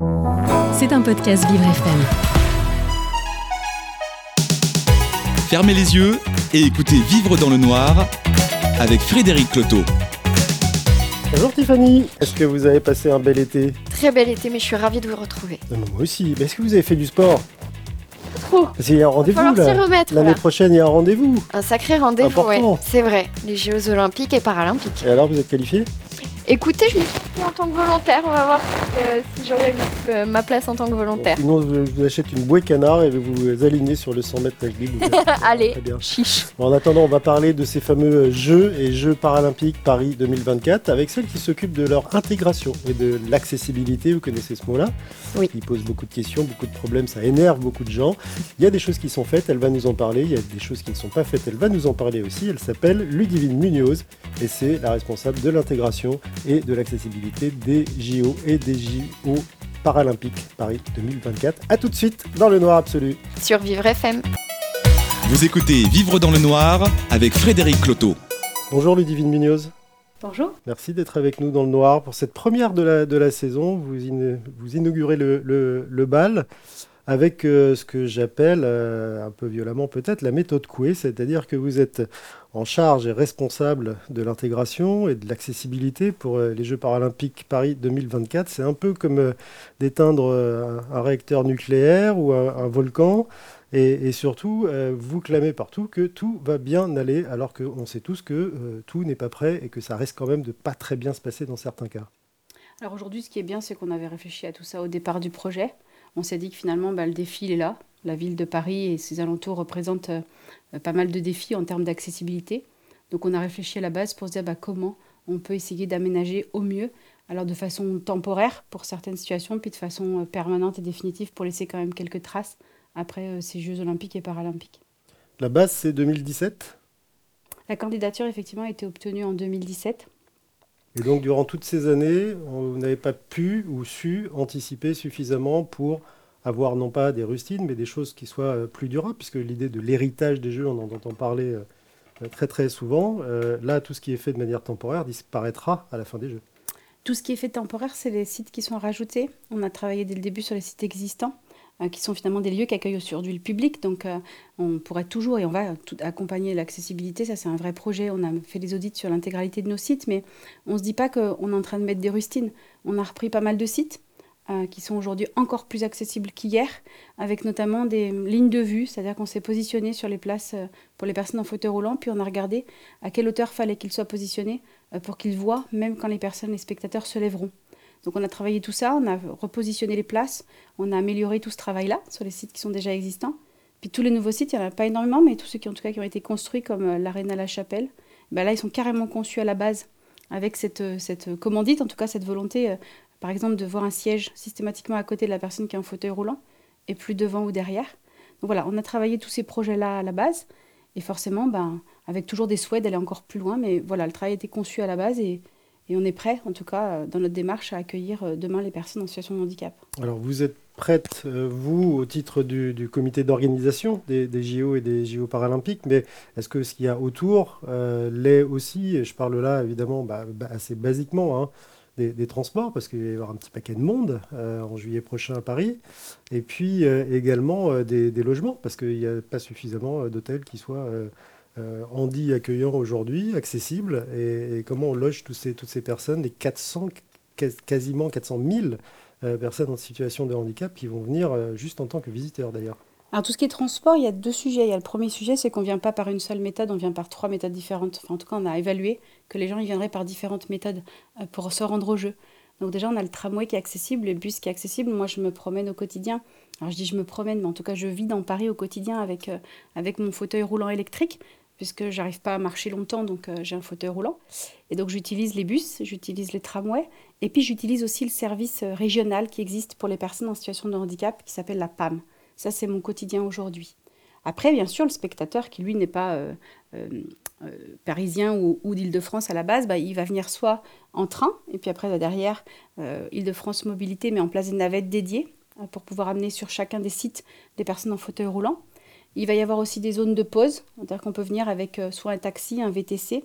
C'est un podcast Vivre FM. Fermez les yeux et écoutez Vivre dans le noir avec Frédéric Cloteau. Bonjour Tiffany, est-ce que vous avez passé un bel été ? Très bel été, mais je suis ravie de vous retrouver. Moi aussi, mais est-ce que vous avez fait du sport ? Trop. Parce qu'il y a un rendez-vous Il va falloir là. s'y remettre, L'année là. prochaine, il y a un rendez-vous. Un sacré rendez-vous, Important. ouais. C'est vrai. Les Jeux Olympiques et Paralympiques. Et alors, vous êtes qualifié ? Écoutez, je me suis inscrite en tant que volontaire. On va voir si j'aurai ma place en tant que volontaire. Sinon, je vous achète une bouée canard et vous vous alignez sur le 100 mètres rugby. Allez, Très bien. chiche. Bon, en attendant, on va parler de ces fameux Jeux et Jeux paralympiques Paris 2024 avec celle qui s'occupe de leur intégration et de l'accessibilité. Vous connaissez ce mot-là ? Oui. Qui pose beaucoup de questions, beaucoup de problèmes, ça énerve beaucoup de gens. Il y a des choses qui sont faites, elle va nous en parler. Il y a des choses qui ne sont pas faites, elle va nous en parler aussi. Elle s'appelle Ludivine Munoz et c'est la responsable de l'intégration et de l'accessibilité des JO et des JO paralympiques Paris 2024. A tout de suite dans le noir absolu. Sur Vivre FM. Vous écoutez Vivre dans le noir avec Frédéric Cloteau. Bonjour Ludivine Munoz. Bonjour. Merci d'être avec nous dans le noir pour cette première de la saison. Vous inaugurez le bal avec ce que j'appelle, un peu violemment peut-être, la méthode Coué, c'est-à-dire que vous êtes en charge et responsable de l'intégration et de l'accessibilité pour les Jeux paralympiques Paris 2024. C'est un peu comme d'éteindre un réacteur nucléaire ou un volcan. Et surtout, vous clamez partout que tout va bien aller, alors qu'on sait tous que tout n'est pas prêt et que ça risque quand même de pas très bien se passer dans certains cas. Alors aujourd'hui, ce qui est bien, c'est qu'on avait réfléchi à tout ça au départ du projet. On s'est dit que finalement, le défi, il est là. La ville de Paris et ses alentours représentent pas mal de défis en termes d'accessibilité. Donc on a réfléchi à la base pour se dire comment on peut essayer d'aménager au mieux, alors de façon temporaire pour certaines situations, puis de façon permanente et définitive pour laisser quand même quelques traces après ces Jeux olympiques et paralympiques. La base, c'est 2017 ? La candidature, effectivement, a été obtenue en 2017. Et donc, durant toutes ces années, vous n'avez pas pu ou su anticiper suffisamment pour avoir non pas des rustines, mais des choses qui soient plus durables, puisque l'idée de l'héritage des Jeux, on en entend parler très très souvent. Là, tout ce qui est fait de manière temporaire disparaîtra à la fin des Jeux. Tout ce qui est fait temporaire, c'est les sites qui sont rajoutés. On a travaillé dès le début sur les sites existants, qui sont finalement des lieux qui accueillent aujourd'hui le public. Donc on pourrait toujours, et on va accompagner l'accessibilité, ça c'est un vrai projet. On a fait des audits sur l'intégralité de nos sites, mais on ne se dit pas qu'on est en train de mettre des rustines. On a repris pas mal de sites qui sont aujourd'hui encore plus accessibles qu'hier, avec notamment des lignes de vue, c'est-à-dire qu'on s'est positionné sur les places pour les personnes en fauteuil roulant, puis on a regardé à quelle hauteur fallait qu'ils soient positionnés pour qu'ils voient, même quand les spectateurs se lèveront. Donc on a travaillé tout ça, on a repositionné les places, on a amélioré tout ce travail-là sur les sites qui sont déjà existants. Puis tous les nouveaux sites, il n'y en a pas énormément, mais tous ceux qui ont été construits comme l'Arena La Chapelle, là ils sont carrément conçus à la base avec cette commandite, en tout cas cette volonté, par exemple de voir un siège systématiquement à côté de la personne qui est en fauteuil roulant et plus devant ou derrière. Donc voilà, on a travaillé tous ces projets-là à la base et forcément avec toujours des souhaits d'aller encore plus loin, mais voilà, le travail a été conçu à la base et on est prêt, en tout cas, dans notre démarche, à accueillir demain les personnes en situation de handicap. Alors, vous êtes prête, vous, au titre du comité d'organisation des JO et des JO paralympiques, mais est-ce que ce qu'il y a autour l'est aussi ? Et je parle là, évidemment, assez basiquement, des transports, parce qu'il va y avoir un petit paquet de monde en juillet prochain à Paris, et puis également des logements, parce qu'il n'y a pas suffisamment d'hôtels qui soient... handi accueillant aujourd'hui, accessible, et comment on loge toutes ces personnes, les quasiment 400 000 personnes en situation de handicap qui vont venir juste en tant que visiteurs d'ailleurs. Alors tout ce qui est transport, il y a deux sujets. Il y a le premier sujet, c'est qu'on ne vient pas par une seule méthode, on vient par 3 méthodes différentes. Enfin, en tout cas, on a évalué que les gens ils viendraient par différentes méthodes pour se rendre au jeu. Donc déjà, on a le tramway qui est accessible, le bus qui est accessible. Moi, je me promène au quotidien. Alors je dis je me promène, mais en tout cas, je vis dans Paris au quotidien avec mon fauteuil roulant électrique, puisque j'arrive pas à marcher longtemps, donc j'ai un fauteuil roulant. Et donc j'utilise les bus, j'utilise les tramways, et puis j'utilise aussi le service régional qui existe pour les personnes en situation de handicap, qui s'appelle la PAM. Ça, c'est mon quotidien aujourd'hui. Après, bien sûr, le spectateur qui, lui, n'est pas parisien ou d'Île-de-France à la base, il va venir soit en train, et puis après, derrière, Île-de-France Mobilité met en place des navettes dédiées pour pouvoir amener sur chacun des sites des personnes en fauteuil roulant. Il va y avoir aussi des zones de pause, c'est-à-dire qu'on peut venir avec soit un taxi, un VTC,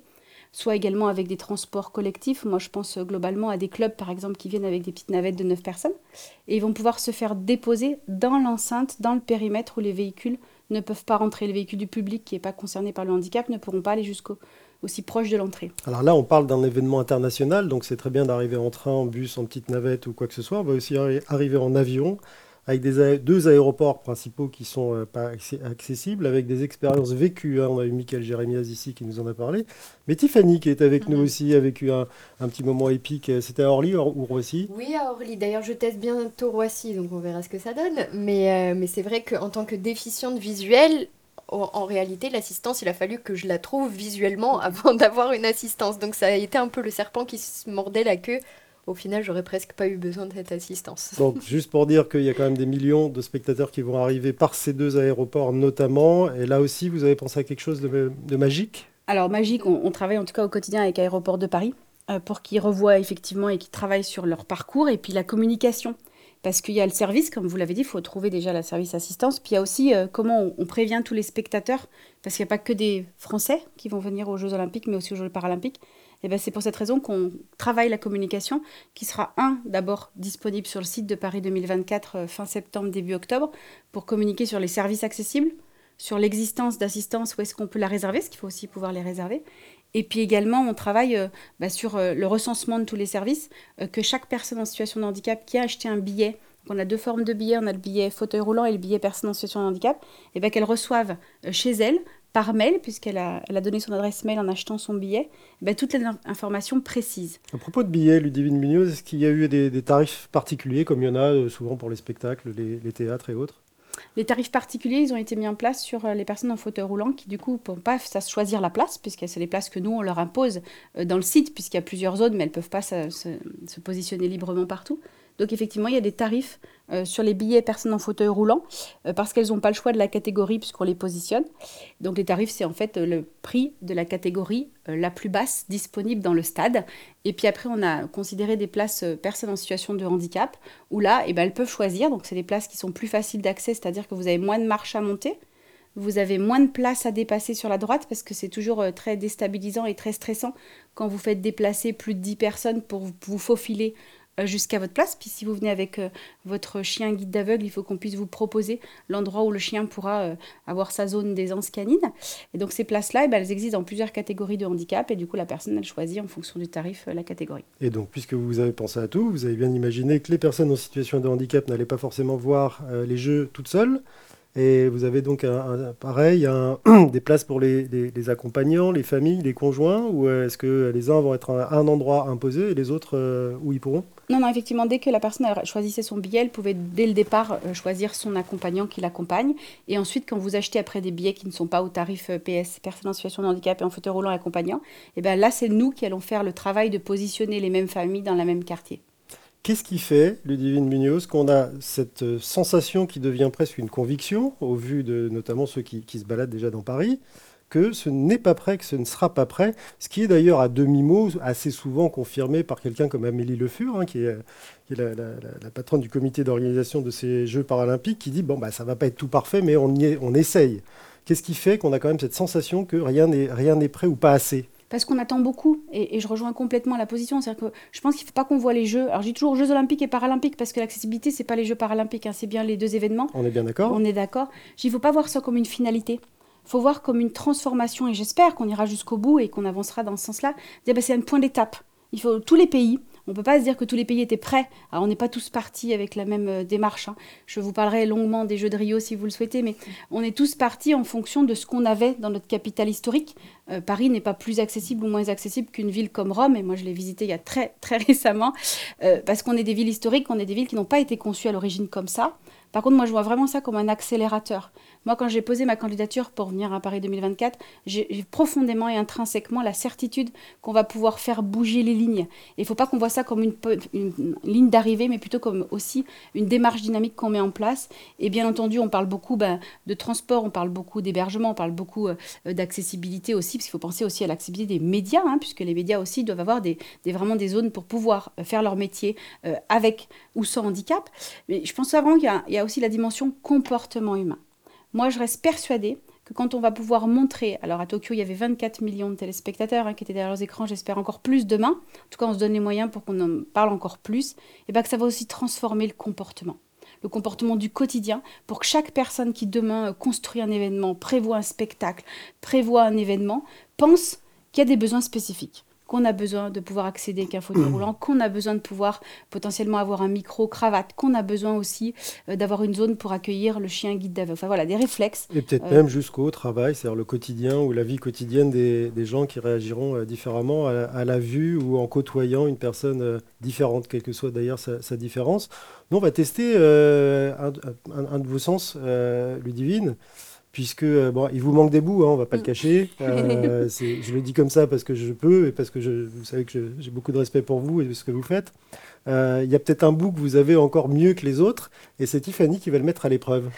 soit également avec des transports collectifs. Moi, je pense globalement à des clubs, par exemple, qui viennent avec des petites navettes de 9 personnes. Et ils vont pouvoir se faire déposer dans l'enceinte, dans le périmètre où les véhicules ne peuvent pas rentrer. Les véhicules du public qui n'est pas concerné par le handicap ne pourront pas aller aussi proche de l'entrée. Alors là, on parle d'un événement international, donc c'est très bien d'arriver en train, en bus, en petite navette ou quoi que ce soit. On va aussi arriver en avion, avec deux aéroports principaux qui sont pas accessibles, avec des expériences vécues. On a eu Michael Jérémias ici qui nous en a parlé. Mais Tiffany, qui est avec nous aussi, a vécu un petit moment épique. C'était à Orly ou Roissy ? Oui, à Orly. D'ailleurs, je teste bientôt Roissy, donc on verra ce que ça donne. Mais c'est vrai qu'en tant que déficiente visuelle, en réalité, l'assistance, il a fallu que je la trouve visuellement avant d'avoir une assistance. Donc ça a été un peu le serpent qui se mordait la queue. Au final, j'aurais presque pas eu besoin de cette assistance. Donc, juste pour dire qu'il y a quand même des millions de spectateurs qui vont arriver par ces deux aéroports notamment. Et là aussi, vous avez pensé à quelque chose de magique ? Alors, magique, on travaille en tout cas au quotidien avec Aéroports de Paris pour qu'ils revoient effectivement et qu'ils travaillent sur leur parcours et puis la communication. Parce qu'il y a le service, comme vous l'avez dit, il faut trouver déjà la service assistance. Puis il y a aussi comment on prévient tous les spectateurs, parce qu'il n'y a pas que des Français qui vont venir aux Jeux Olympiques, mais aussi aux Jeux Paralympiques. Et ben c'est pour cette raison qu'on travaille la communication, qui sera d'abord disponible sur le site de Paris 2024 fin septembre, début octobre, pour communiquer sur les services accessibles, sur l'existence d'assistance, où est-ce qu'on peut la réserver, parce qu'il faut aussi pouvoir les réserver. Et puis également, on travaille sur le recensement de tous les services, que chaque personne en situation de handicap qui a acheté un billet, donc on a 2 formes de billets, on a le billet fauteuil roulant et le billet personne en situation de handicap, et ben qu'elle reçoive chez elle, par mail, puisqu'elle a donné son adresse mail en achetant son billet, toutes les informations précises. À propos de billets, Ludivine Munoz, est-ce qu'il y a eu des tarifs particuliers, comme il y en a souvent pour les spectacles, les théâtres et autres ? Les tarifs particuliers, ils ont été mis en place sur les personnes en fauteuil roulant qui, du coup, ne peuvent pas choisir la place, puisque c'est les places que nous, on leur impose dans le site, puisqu'il y a plusieurs zones, mais elles ne peuvent pas se positionner librement partout. Donc, effectivement, il y a des tarifs sur les billets personnes en fauteuil roulant, parce qu'elles n'ont pas le choix de la catégorie, puisqu'on les positionne. Donc, les tarifs, c'est en fait le prix de la catégorie la plus basse disponible dans le stade. Et puis après, on a considéré des places personnes en situation de handicap, où là, elles peuvent choisir. Donc, c'est des places qui sont plus faciles d'accès, c'est-à-dire que vous avez moins de marches à monter. Vous avez moins de place à dépasser sur la droite, parce que c'est toujours très déstabilisant et très stressant quand vous faites déplacer plus de 10 personnes pour vous faufiler jusqu'à votre place. Puis si vous venez avec votre chien guide d'aveugle, il faut qu'on puisse vous proposer l'endroit où le chien pourra avoir sa zone d'aisance canine. Et donc ces places-là, elles existent dans plusieurs catégories de handicap, et du coup la personne, elle choisit en fonction du tarif la catégorie. Et donc, puisque vous avez pensé à tout, vous avez bien imaginé que les personnes en situation de handicap n'allaient pas forcément voir les jeux toutes seules. Et vous avez donc des places pour les accompagnants, les familles, les conjoints, ou est-ce que les uns vont être à un endroit imposé et les autres où ils pourront ? Non, effectivement, dès que la personne choisissait son billet, elle pouvait dès le départ choisir son accompagnant qui l'accompagne. Et ensuite, quand vous achetez après des billets qui ne sont pas au tarif PS, personne en situation de handicap et en fauteuil roulant et accompagnant, là, c'est nous qui allons faire le travail de positionner les mêmes familles dans le même quartier. Qu'est-ce qui fait, Ludivine Munoz, qu'on a cette sensation qui devient presque une conviction, au vu de notamment ceux qui se baladent déjà dans Paris, que ce n'est pas prêt, que ce ne sera pas prêt, ce qui est d'ailleurs à demi-mot assez souvent confirmé par quelqu'un comme Amélie Le Fur, qui est la patronne du comité d'organisation de ces Jeux paralympiques, qui dit ça ne va pas être tout parfait, mais on essaye. Qu'est-ce qui fait qu'on a quand même cette sensation que rien n'est prêt ou pas assez ? Parce qu'on attend beaucoup, et je rejoins complètement la position. C'est-à-dire que je pense qu'il ne faut pas qu'on voit les Jeux. Alors, je dis toujours Jeux Olympiques et Paralympiques, parce que l'accessibilité, ce n'est pas les Jeux Paralympiques, c'est bien les deux événements. On est bien d'accord ? On est d'accord. Il ne faut pas voir ça comme une finalité. Il faut voir comme une transformation, et j'espère qu'on ira jusqu'au bout et qu'on avancera dans ce sens-là. C'est un point d'étape. Il faut tous les pays. On ne peut pas se dire que tous les pays étaient prêts. Alors, on n'est pas tous partis avec la même démarche. Je vous parlerai longuement des Jeux de Rio si vous le souhaitez, mais on est tous partis en fonction de ce qu'on avait dans notre capitale historique. Paris n'est pas plus accessible ou moins accessible qu'une ville comme Rome, et moi je l'ai visitée il y a très, très récemment, parce qu'on est des villes historiques, on est des villes qui n'ont pas été conçues à l'origine comme ça. Par contre, moi, je vois vraiment ça comme un accélérateur. Moi, quand j'ai posé ma candidature pour venir à Paris 2024, j'ai profondément et intrinsèquement la certitude qu'on va pouvoir faire bouger les lignes. Et il ne faut pas qu'on voit ça comme une ligne d'arrivée, mais plutôt comme aussi une démarche dynamique qu'on met en place. Et bien entendu, on parle beaucoup de transport, on parle beaucoup d'hébergement, on parle beaucoup d'accessibilité aussi, parce qu'il faut penser aussi à l'accessibilité des médias, puisque les médias aussi doivent avoir vraiment des zones pour pouvoir faire leur métier avec ou sans handicap. Mais je pense vraiment qu'il y a aussi la dimension comportement humain. Moi, je reste persuadée que quand on va pouvoir montrer, alors à Tokyo, il y avait 24 millions de téléspectateurs qui étaient derrière leurs écrans, j'espère encore plus demain, en tout cas on se donne les moyens pour qu'on en parle encore plus, et que ça va aussi transformer le comportement du quotidien, pour que chaque personne qui demain construit un événement, prévoit un spectacle, prévoit un événement, pense qu'il y a des besoins spécifiques, qu'on a besoin de pouvoir accéder avec un fauteuil roulant, qu'on a besoin de pouvoir potentiellement avoir un micro-cravate, qu'on a besoin aussi d'avoir une zone pour accueillir le chien guide d'aveugle. Enfin voilà, des réflexes. Et peut-être même jusqu'au travail, c'est-à-dire le quotidien ou la vie quotidienne des gens qui réagiront différemment à la vue ou en côtoyant une personne différente, quelle que soit d'ailleurs sa différence. Nous, on va tester un de vos sens, Ludivine. Puisque, il vous manque des bouts, on ne va pas le cacher. Je le dis comme ça parce que je peux et parce que vous savez que j'ai beaucoup de respect pour vous et de ce que vous faites. Il y a peut-être un bout que vous avez encore mieux que les autres et c'est Tiffany qui va le mettre à l'épreuve.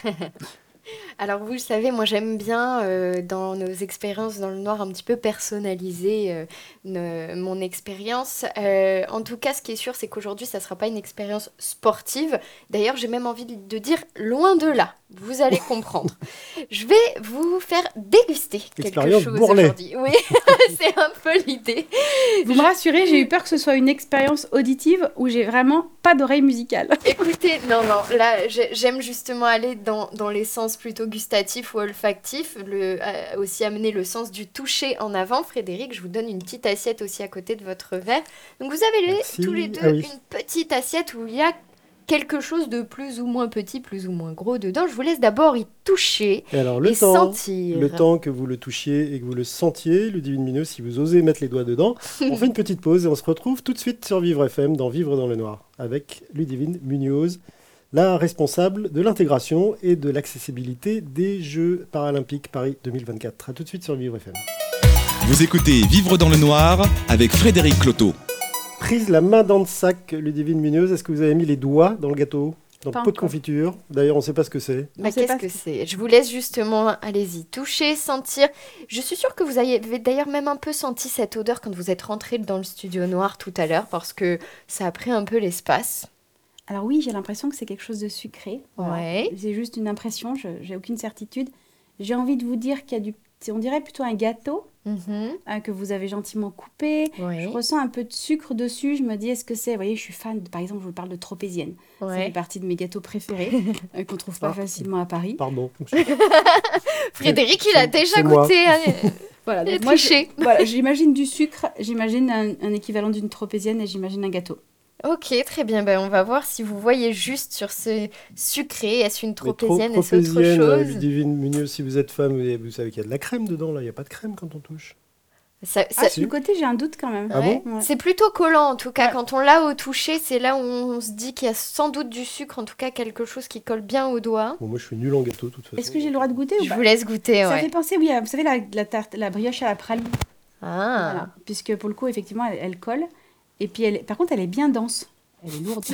Alors vous le savez, moi j'aime bien dans nos expériences dans le noir un petit peu personnaliser mon expérience. En tout cas, ce qui est sûr, c'est qu'aujourd'hui, ça ne sera pas une expérience sportive. D'ailleurs, j'ai même envie de dire loin de là. Vous allez comprendre. Je vais vous faire déguster quelque chose aujourd'hui. Oui, c'est un peu l'idée. Vous me rassurez, j'ai eu peur que ce soit une expérience auditive où j'ai vraiment pas d'oreille musicale. Écoutez, non, là, j'aime justement aller dans les sens plutôt gustatifs ou olfactifs, aussi amener le sens du toucher en avant. Frédéric, je vous donne une petite assiette aussi à côté de votre verre. Donc vous avez tous les deux une petite assiette où il y a quelque chose de plus ou moins petit, plus ou moins gros dedans. Je vous laisse d'abord y toucher et sentir. Le temps que vous le touchiez et que vous le sentiez, Ludivine Mignot, si vous osez mettre les doigts dedans, on fait une petite pause et on se retrouve tout de suite sur Vivre FM dans Vivre dans le Noir avec Ludivine Munoz, la responsable de l'intégration et de l'accessibilité des Jeux paralympiques Paris 2024. A tout de suite sur Vivre FM. Vous écoutez Vivre dans le Noir avec Frédéric Cloteau. Prise la main dans le sac, Ludivine Munoz, est-ce que vous avez mis les doigts dans le gâteau ? Dans Pas le pot de encore. confiture. D'ailleurs, on ne sait pas ce que c'est. Qu'est-ce que c'est ? Je vous laisse justement, allez-y, toucher, sentir. Je suis sûre que vous avez d'ailleurs même un peu senti cette odeur quand vous êtes rentré dans le studio noir tout à l'heure, parce que ça a pris un peu l'espace. Alors oui, j'ai l'impression que c'est quelque chose de sucré. Voilà. Ouais. C'est juste une impression, j'ai aucune certitude. J'ai envie de vous dire qu'il y a on dirait plutôt un gâteau que vous avez gentiment coupé. Ouais. Je ressens un peu de sucre dessus. Je me dis, est-ce que c'est... Vous voyez, je suis fan, par exemple, je vous parle de tropézienne. Ça fait partie de mes gâteaux préférés qu'on ne trouve pas facilement à Paris. Pardon. Frédéric, il a déjà goûté. Voilà, donc moi, j'imagine du sucre, j'imagine un équivalent d'une tropézienne et j'imagine un gâteau. Ok, très bien. On va voir si vous voyez juste sur ce sucré. Est-ce une tropézienne, est-ce autre chose Ludivine Munoz, si vous êtes femme, vous savez qu'il y a de la crème dedans. Là, il n'y a pas de crème quand on touche. Sur le côté, j'ai un doute quand même. Ah bon ? C'est plutôt collant en tout cas. Ouais. Quand on l'a au toucher, c'est là où on se dit qu'il y a sans doute du sucre, en tout cas quelque chose qui colle bien au doigt. Bon, moi, je suis nul en gâteau, de toute façon. Est-ce que j'ai le droit de goûter ou pas ? Je vous laisse goûter, Ça fait penser, oui, vous savez, la tarte, la brioche à la praline. Ah. Voilà. Puisque pour le coup, effectivement, elle colle. Et puis, par contre, elle est bien dense. Elle est lourde.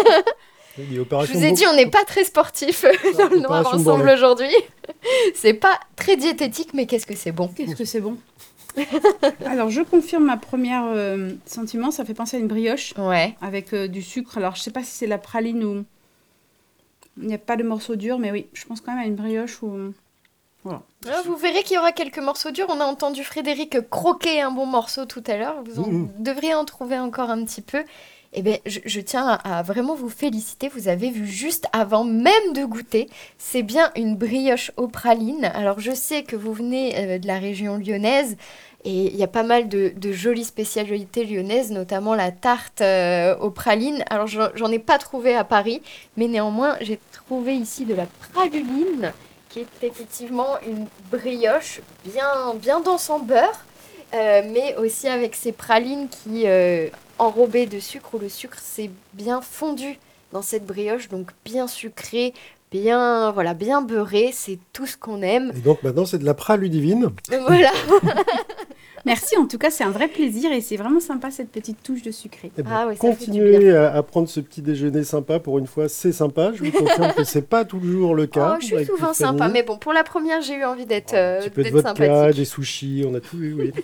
Je vous ai dit, on n'est pas très sportif dans le noir ensemble aujourd'hui. C'est pas très diététique, mais qu'est-ce que c'est bon. Qu'est-ce que c'est bon. Alors, je confirme ma première sentiment. Ça fait penser à une brioche avec du sucre. Alors, je ne sais pas si c'est la praline ou... Il n'y a pas de morceaux durs, mais oui, je pense quand même à une brioche ou... Voilà. Alors, vous verrez qu'il y aura quelques morceaux durs. On a entendu Frédéric croquer un bon morceau tout à l'heure. Vous devriez en trouver encore un petit peu. Eh bien, je tiens à vraiment vous féliciter. Vous avez vu juste avant même de goûter. C'est bien une brioche aux pralines. Alors, je sais que vous venez de la région lyonnaise et il y a pas mal de jolies spécialités lyonnaises, notamment la tarte aux pralines. Alors, j'en ai pas trouvé à Paris, mais néanmoins, j'ai trouvé ici de la praluline, qui est effectivement une brioche bien dense en beurre, mais aussi avec ces pralines qui... enrobé de sucre, où le sucre s'est bien fondu dans cette brioche, donc bien sucré, bien beurré, c'est tout ce qu'on aime. Et donc maintenant c'est de la praludivine. Voilà. Merci, en tout cas c'est un vrai plaisir et c'est vraiment sympa cette petite touche de sucré. Continuez à prendre ce petit déjeuner sympa, pour une fois c'est sympa, je vous confirme que c'est pas toujours le cas. Je suis souvent sympa, mais bon, pour la première j'ai eu envie d'être sympathique. Un petit peu de vodka, des sushis, on a tout eu, oui.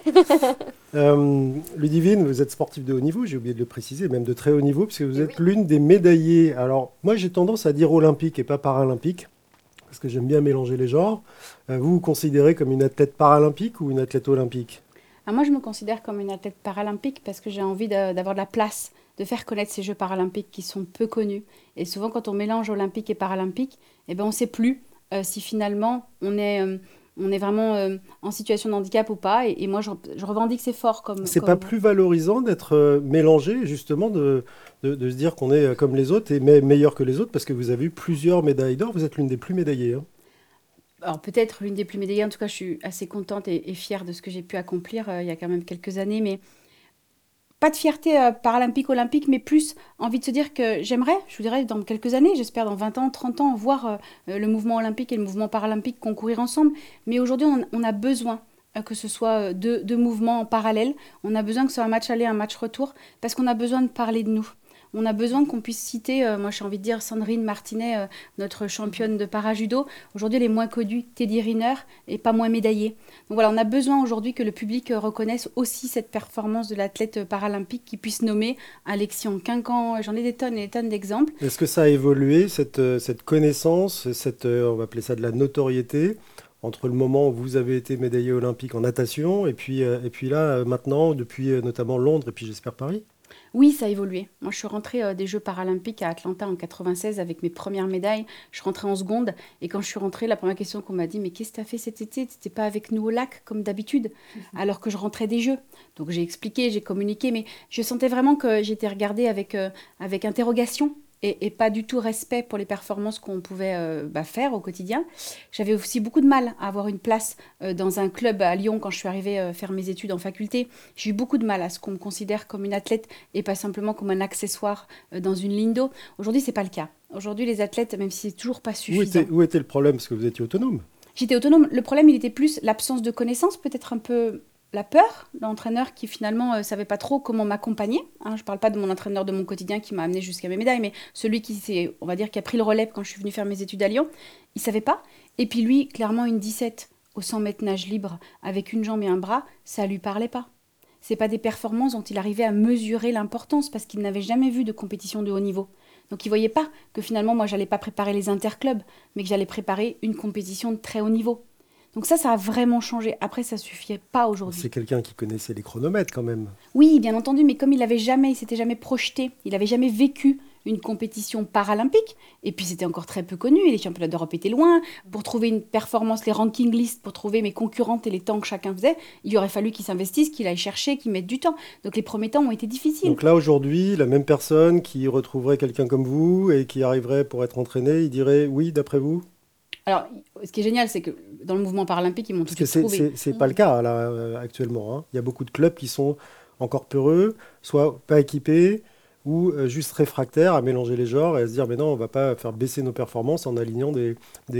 Ludivine, vous êtes sportive de haut niveau, j'ai oublié de le préciser, même de très haut niveau, puisque vous êtes l'une des médaillées. Alors moi j'ai tendance à dire olympique et pas paralympique. parce que j'aime bien mélanger les genres. Vous vous considérez comme une athlète paralympique ou une athlète olympique? Moi, je me considère comme une athlète paralympique parce que j'ai envie d'avoir de la place, de faire connaître ces Jeux paralympiques qui sont peu connus. Et souvent, quand on mélange olympique et paralympique, eh ben, on ne sait plus si finalement on est vraiment en situation de handicap ou pas. Et moi, je revendique c'est fort comme... C'est comme... pas plus valorisant d'être mélangé, justement, de se dire qu'on est comme les autres et meilleur que les autres, parce que vous avez eu plusieurs médailles d'or, vous êtes l'une des plus médaillées. Hein. Alors peut-être l'une des plus médaillées, en tout cas je suis assez contente et fière de ce que j'ai pu accomplir il y a quand même quelques années, mais pas de fierté paralympique, olympique, mais plus envie de se dire que j'aimerais, je vous dirais dans quelques années, j'espère dans 20 ans, 30 ans, voir le mouvement olympique et le mouvement paralympique concourir ensemble. Mais aujourd'hui, on a besoin que ce soit deux mouvements en parallèle. On a besoin que ce soit un match aller, un match retour, parce qu'on a besoin de parler de nous. On a besoin qu'on puisse citer, moi j'ai envie de dire Sandrine Martinet, notre championne de para-judo. Aujourd'hui, elle est moins connue, Teddy Riner, et pas moins médaillée. Donc voilà, on a besoin aujourd'hui que le public reconnaisse aussi cette performance de l'athlète paralympique, qui puisse nommer Alexion Quincan. J'en ai des tonnes et des tonnes d'exemples. Est-ce que ça a évolué, cette connaissance, on va appeler ça de la notoriété, entre le moment où vous avez été médaillé olympique en natation, et puis là, maintenant, depuis notamment Londres, et puis j'espère Paris? Oui, ça a évolué. Moi, je suis rentrée des Jeux paralympiques à Atlanta en 96 avec mes premières médailles. Je suis rentrée en seconde. Et quand je suis rentrée, la première question qu'on m'a dit, mais qu'est-ce que tu as fait cet été? Tu n'étais pas avec nous au lac, comme d'habitude, alors que je rentrais des Jeux. Donc, j'ai expliqué, j'ai communiqué, mais je sentais vraiment que j'étais regardée avec interrogation. Et pas du tout respect pour les performances qu'on pouvait faire au quotidien. J'avais aussi beaucoup de mal à avoir une place dans un club à Lyon quand je suis arrivée faire mes études en faculté. J'ai eu beaucoup de mal à ce qu'on me considère comme une athlète et pas simplement comme un accessoire dans une ligne d'eau. Aujourd'hui, c'est pas le cas. Aujourd'hui, les athlètes, même si c'est toujours pas suffisant... Où était le problème? Parce que vous étiez autonome. J'étais autonome. Le problème, il était plus l'absence de connaissances, peut-être un peu... la peur, l'entraîneur qui finalement savait pas trop comment m'accompagner. Je parle pas de mon entraîneur de mon quotidien qui m'a amené jusqu'à mes médailles, mais celui qui a pris le relais quand je suis venue faire mes études à Lyon, il savait pas. Et puis lui, clairement, une 17 au 100 mètres nage libre avec une jambe et un bras, ça lui parlait pas. C'est pas des performances dont il arrivait à mesurer l'importance parce qu'il n'avait jamais vu de compétition de haut niveau. Donc il voyait pas que finalement moi j'allais pas préparer les interclubs, mais que j'allais préparer une compétition de très haut niveau. Donc ça a vraiment changé. Après, ça ne suffit pas aujourd'hui. C'est quelqu'un qui connaissait les chronomètres quand même. Oui, bien entendu, mais comme il s'était jamais projeté, il n'avait jamais vécu une compétition paralympique, et puis c'était encore très peu connu, et les championnats d'Europe étaient loin. Pour trouver une performance, les ranking lists, pour trouver mes concurrentes et les temps que chacun faisait, il aurait fallu qu'il s'investisse, qu'il aille chercher, qu'il mette du temps. Donc les premiers temps ont été difficiles. Donc là, aujourd'hui, la même personne qui retrouverait quelqu'un comme vous et qui arriverait pour être entraîné, il dirait oui, d'après vous? Alors, ce qui est génial, c'est que dans le mouvement paralympique, ils m'ont tout de suite trouvé. C'est pas le cas là actuellement. Hein. Il y a beaucoup de clubs qui sont encore peureux, soit pas équipés, ou juste réfractaires à mélanger les genres et à se dire mais non, on va pas faire baisser nos performances en alignant des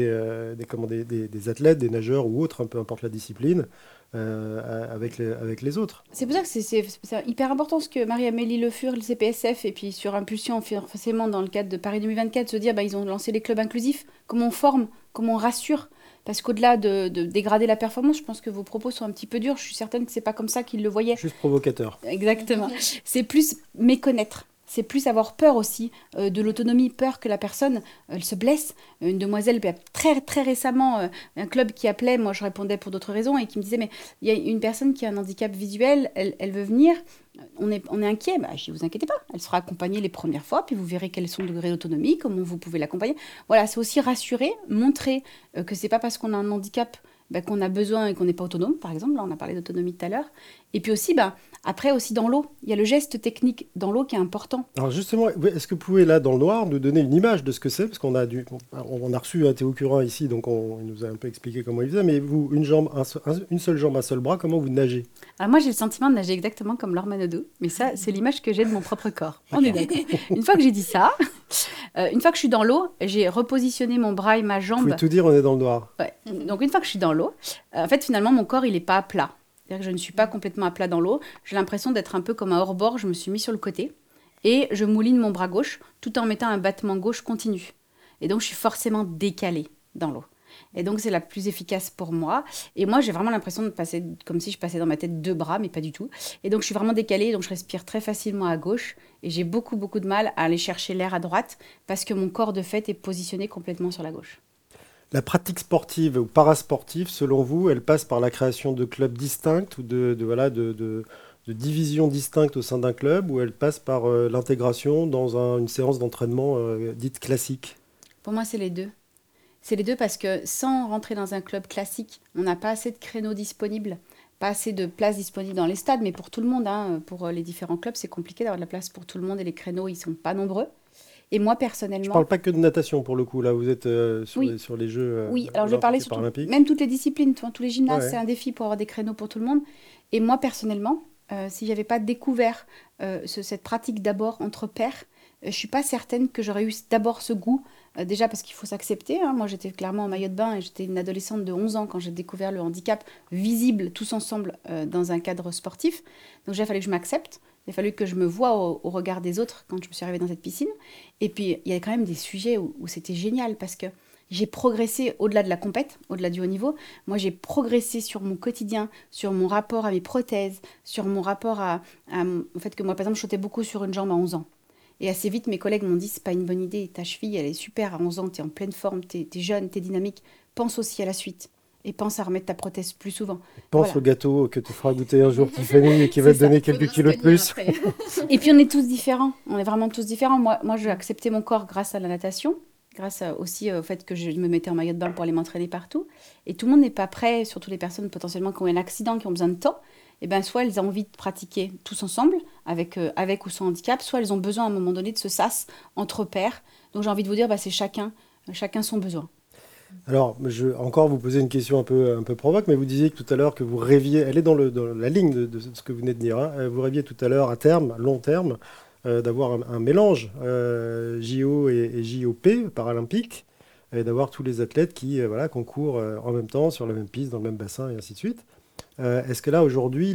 athlètes, des nageurs ou autres, peu importe la discipline, avec les autres. C'est pour ça que c'est hyper important ce que Marie-Amélie Le Fur, le CPSF, et puis sur impulsion forcément dans le cadre de Paris 2024, se dire ils ont lancé les clubs inclusifs, comment on forme, comment on rassure. Parce qu'au-delà de dégrader la performance, je pense que vos propos sont un petit peu durs. Je suis certaine que c'est pas comme ça qu'ils le voyaient. Juste provocateur. Exactement. C'est plus méconnaître. C'est plus avoir peur aussi de l'autonomie, peur que la personne elle se blesse. Une demoiselle, très, très récemment, un club qui appelait, moi je répondais pour d'autres raisons, et qui me disait, mais il y a une personne qui a un handicap visuel, elle veut venir, on est inquiet. Je dis, vous inquiétez pas, elle sera accompagnée les premières fois, puis vous verrez quel est son degré d'autonomie, comment vous pouvez l'accompagner. Voilà, c'est aussi rassurer, montrer que c'est pas parce qu'on a un handicap qu'on a besoin et qu'on n'est pas autonome, par exemple. Là, on a parlé d'autonomie tout à l'heure. Et puis aussi, après, aussi dans l'eau, il y a le geste technique dans l'eau qui est important. Alors justement, est-ce que vous pouvez, là, dans le noir, nous donner une image de ce que c'est? Parce qu'on a reçu un Théo Curin ici, donc il nous a un peu expliqué comment il faisait. Mais vous, une seule jambe, un seul bras, comment vous nagez? Alors moi, j'ai le sentiment de nager exactement comme Laure Manodou. Mais ça, c'est l'image que j'ai de mon propre corps. On est d'accord. Une fois que j'ai dit ça, une fois que je suis dans l'eau, j'ai repositionné mon bras et ma jambe. Vous pouvez tout dire, on est dans le noir. Ouais. Donc une fois que je suis dans l'eau, en fait, finalement, mon corps, il n'est pas à plat. C'est-à-dire que je ne suis pas complètement à plat dans l'eau. J'ai l'impression d'être un peu comme un hors-bord. Je me suis mis sur le côté et je mouline mon bras gauche tout en mettant un battement gauche continu. Et donc, je suis forcément décalée dans l'eau. Et donc, c'est la plus efficace pour moi. Et moi, j'ai vraiment l'impression de passer comme si je passais dans ma tête 2 bras, mais pas du tout. Et donc, je suis vraiment décalée. Donc, je respire très facilement à gauche. Et j'ai beaucoup, beaucoup de mal à aller chercher l'air à droite parce que mon corps, de fait, est positionné complètement sur la gauche. La pratique sportive ou parasportive, selon vous, elle passe par la création de clubs distincts ou de divisions distinctes au sein d'un club, ou elle passe par l'intégration dans une séance d'entraînement dite classique? Pour moi, c'est les deux. C'est les deux parce que sans rentrer dans un club classique, on n'a pas assez de créneaux disponibles, pas assez de places disponibles dans les stades, mais pour tout le monde, hein, pour les différents clubs, c'est compliqué d'avoir de la place pour tout le monde et les créneaux, ils ne sont pas nombreux. Et moi, personnellement... Je ne parle pas que de natation pour le coup, là, vous être Oui. sur les Jeux Oui, alors je vais parler sur même toutes les disciplines, tous les gymnases, Ouais. c'est un défi pour avoir des créneaux pour tout le monde. Et moi, personnellement, si j'avais pas découvert cette pratique d'abord entre pairs, je suis pas certaine que j'aurais eu d'abord ce goût. Déjà parce qu'il faut s'accepter, hein. Moi, j'étais clairement en maillot de bain et j'étais une adolescente de 11 ans quand j'ai découvert le handicap visible tous ensemble dans un cadre sportif. Donc, il a fallu que je m'accepte. Il a fallu que je me voie au regard des autres quand je me suis arrivée dans cette piscine. Et puis, il y a quand même des sujets où c'était génial parce que j'ai progressé au-delà de la compète, au-delà du haut niveau. Moi, j'ai progressé sur mon quotidien, sur mon rapport à mes prothèses, sur mon rapport au fait que moi, par exemple, je sautais beaucoup sur une jambe à 11 ans. Et assez vite, mes collègues m'ont dit, c'est pas une bonne idée, ta cheville, elle est super à 11 ans, t'es en pleine forme, t'es jeune, t'es dynamique. Pense aussi à la suite. Et pense à remettre ta prothèse plus souvent. Pense Voilà. au gâteau que tu feras goûter un jour, Tiffany, et qui va te donner quelques kilos de plus. Et puis on est tous différents, on est vraiment tous différents. Moi j'ai accepté mon corps grâce à la natation, grâce aussi au fait que je me mettais en maillot de bain pour aller m'entraîner partout. Et tout le monde n'est pas prêt, surtout les personnes potentiellement qui ont un accident, qui ont besoin de temps. Et bien soit elles ont envie de pratiquer tous ensemble, avec ou sans handicap, soit elles ont besoin à un moment donné de ce sas entre pairs. Donc j'ai envie de vous dire, c'est chacun son besoin. Alors, je vais encore vous poser une question un peu provoque, mais vous disiez que tout à l'heure que vous rêviez, elle est dans la ligne de ce que vous venez de dire, hein. Vous rêviez tout à l'heure, à long terme, d'avoir un mélange JO et JOP paralympique, et d'avoir tous les athlètes qui concourent en même temps, sur la même piste, dans le même bassin, et ainsi de suite. Est-ce que là, aujourd'hui,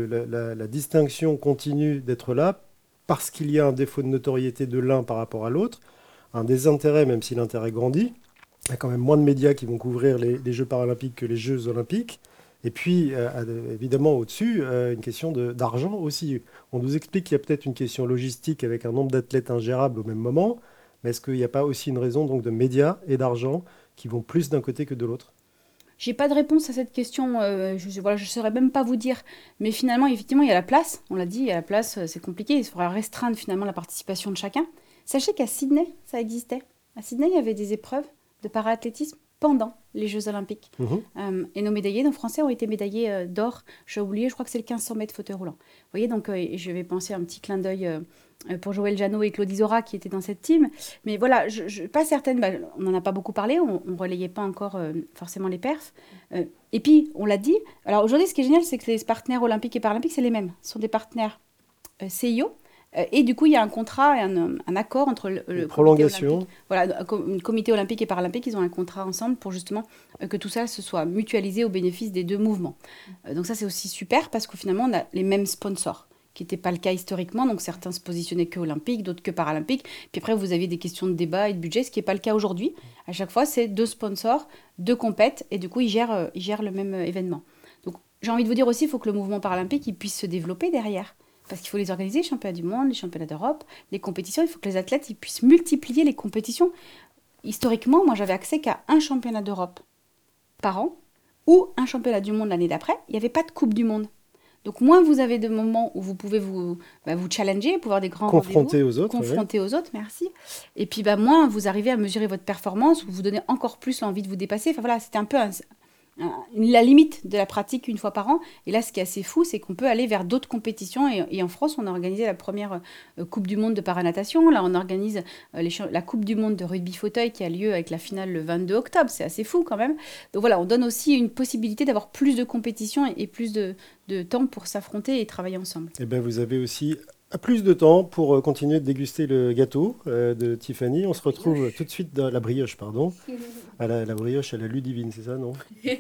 la distinction continue d'être là parce qu'il y a un défaut de notoriété de l'un par rapport à l'autre, un désintérêt, même si l'intérêt grandit? Il y a quand même moins de médias qui vont couvrir les Jeux paralympiques que les Jeux olympiques. Et puis, évidemment, au-dessus, une question d'argent aussi. On nous explique qu'il y a peut-être une question logistique avec un nombre d'athlètes ingérable au même moment, mais est-ce qu'il n'y a pas aussi une raison donc, de médias et d'argent qui vont plus d'un côté que de l'autre? J'ai pas de réponse à cette question, je saurais même pas vous dire. Mais finalement, effectivement, il y a la place, on l'a dit, il y a la place, c'est compliqué, il faudra restreindre finalement la participation de chacun. Sachez qu'à Sydney, ça existait. À Sydney, il y avait des épreuves de para-athlétisme pendant les Jeux Olympiques. Et nos médaillés, nos Français ont été médaillés d'or. J'ai oublié, je crois que c'est le 1500 mètres fauteuil roulant. Vous voyez, donc je vais penser un petit clin d'œil pour Joël Janot et Claudie Zora qui étaient dans cette team. Mais voilà, je suis pas certaine, on n'en a pas beaucoup parlé, on ne relayait pas encore forcément les perfs. Et puis, on l'a dit, alors aujourd'hui, ce qui est génial, c'est que les partenaires olympiques et paralympiques, c'est les mêmes. Ce sont des partenaires CIO. Et du coup, il y a un contrat et un accord entre le prolongation. Comité olympique et paralympique, ils ont un contrat ensemble pour justement que tout ça se soit mutualisé au bénéfice des deux mouvements. Donc ça, c'est aussi super parce que finalement, on a les mêmes sponsors, qui n'était pas le cas historiquement. Donc certains se positionnaient que olympiques, d'autres que paralympiques. Puis après, vous aviez des questions de débat et de budget, ce qui n'est pas le cas aujourd'hui. À chaque fois, c'est 2 sponsors, 2 compètes, et du coup, ils gèrent le même événement. Donc j'ai envie de vous dire aussi, il faut que le mouvement paralympique il puisse se développer derrière. Parce qu'il faut les organiser, les championnats du monde, les championnats d'Europe, les compétitions. Il faut que les athlètes ils puissent multiplier les compétitions. Historiquement, moi, j'avais accès qu'à un championnat d'Europe par an ou un championnat du monde l'année d'après. Il n'y avait pas de Coupe du Monde. Donc, moins vous avez de moments où vous pouvez vous challenger, pouvoir des grands confronter aux autres. Confronter aux autres, merci. Et puis, moins vous arrivez à mesurer votre performance, vous donnez encore plus l'envie de vous dépasser. Enfin, voilà, c'était un peu la limite de la pratique une fois par an. Et là, ce qui est assez fou, c'est qu'on peut aller vers d'autres compétitions. Et en France, on a organisé la première Coupe du Monde de paranatation. Là, on organise la Coupe du Monde de rugby fauteuil qui a lieu avec la finale le 22 octobre. C'est assez fou quand même. Donc voilà, on donne aussi une possibilité d'avoir plus de compétitions et plus de temps pour s'affronter et travailler ensembre. Et bien, vous avez aussi plus de temps pour continuer de déguster le gâteau de Tiffany. On se retrouve tout de suite dans la brioche, pardon. La brioche à la Ludivine, c'est ça, non?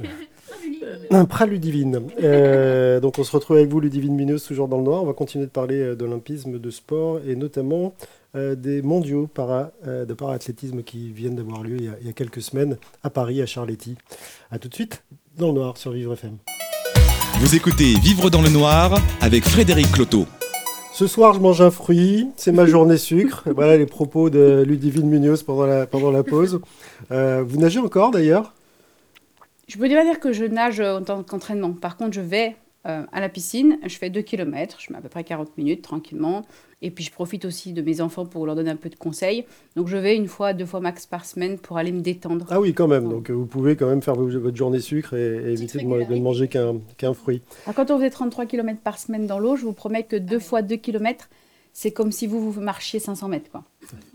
Praludivine. Donc on se retrouve avec vous, Ludivine Minos, toujours dans le noir. On va continuer de parler d'olympisme, de sport et notamment des mondiaux de para-athlétisme qui viennent d'avoir lieu il y a quelques semaines à Paris, à Charletti. A tout de suite dans le noir sur Vivre FM. Vous écoutez Vivre dans le noir avec Frédéric Cloteau. Ce soir, je mange un fruit, c'est ma journée sucre. Et voilà les propos de Ludivine Munoz pendant la pause. Vous nagez encore d'ailleurs? Je peux pas dire que je nage en tant qu'entraînement. Par contre, je vais à la piscine, je fais 2 km, je mets à peu près 40 minutes tranquillement. Et puis je profite aussi de mes enfants pour leur donner un peu de conseils. Donc je vais 1 fois, 2 fois max par semaine pour aller me détendre. Ah oui, quand même. Donc vous pouvez quand même faire votre journée sucre et éviter de ne manger qu'un fruit. Alors, quand on faisait 33 km par semaine dans l'eau, je vous promets que 2 fois 2 km, c'est comme si vous marchiez 500 mètres, quoi.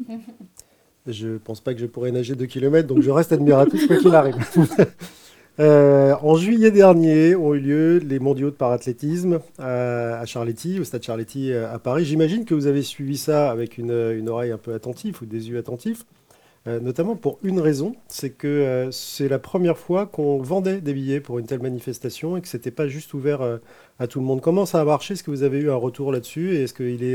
Je ne pense pas que je pourrais nager 2 km, donc je reste admiratif quoi qu'il arrive. En juillet dernier ont eu lieu les mondiaux de parathlétisme à Charletti, au stade Charletti à Paris. J'imagine que vous avez suivi ça avec une oreille un peu attentive ou des yeux attentifs, notamment pour une raison, c'est que c'est la première fois qu'on vendait des billets pour une telle manifestation et que ce n'était pas juste ouvert à tout le monde. Comment ça a marché? Est-ce que vous avez eu un retour là-dessus? Et est-ce qu'il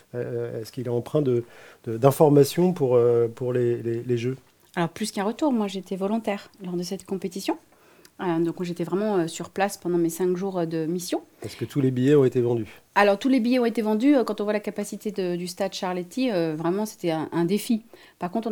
est empreint d'informations pour les Jeux? Alors, plus qu'un retour, moi j'étais volontaire lors de cette compétition. Donc j'étais vraiment sur place pendant mes 5 jours de mission. Est-ce que tous les billets ont été vendus? Alors tous les billets ont été vendus. Quand on voit la capacité du stade Charletti, vraiment c'était un défi. Par contre,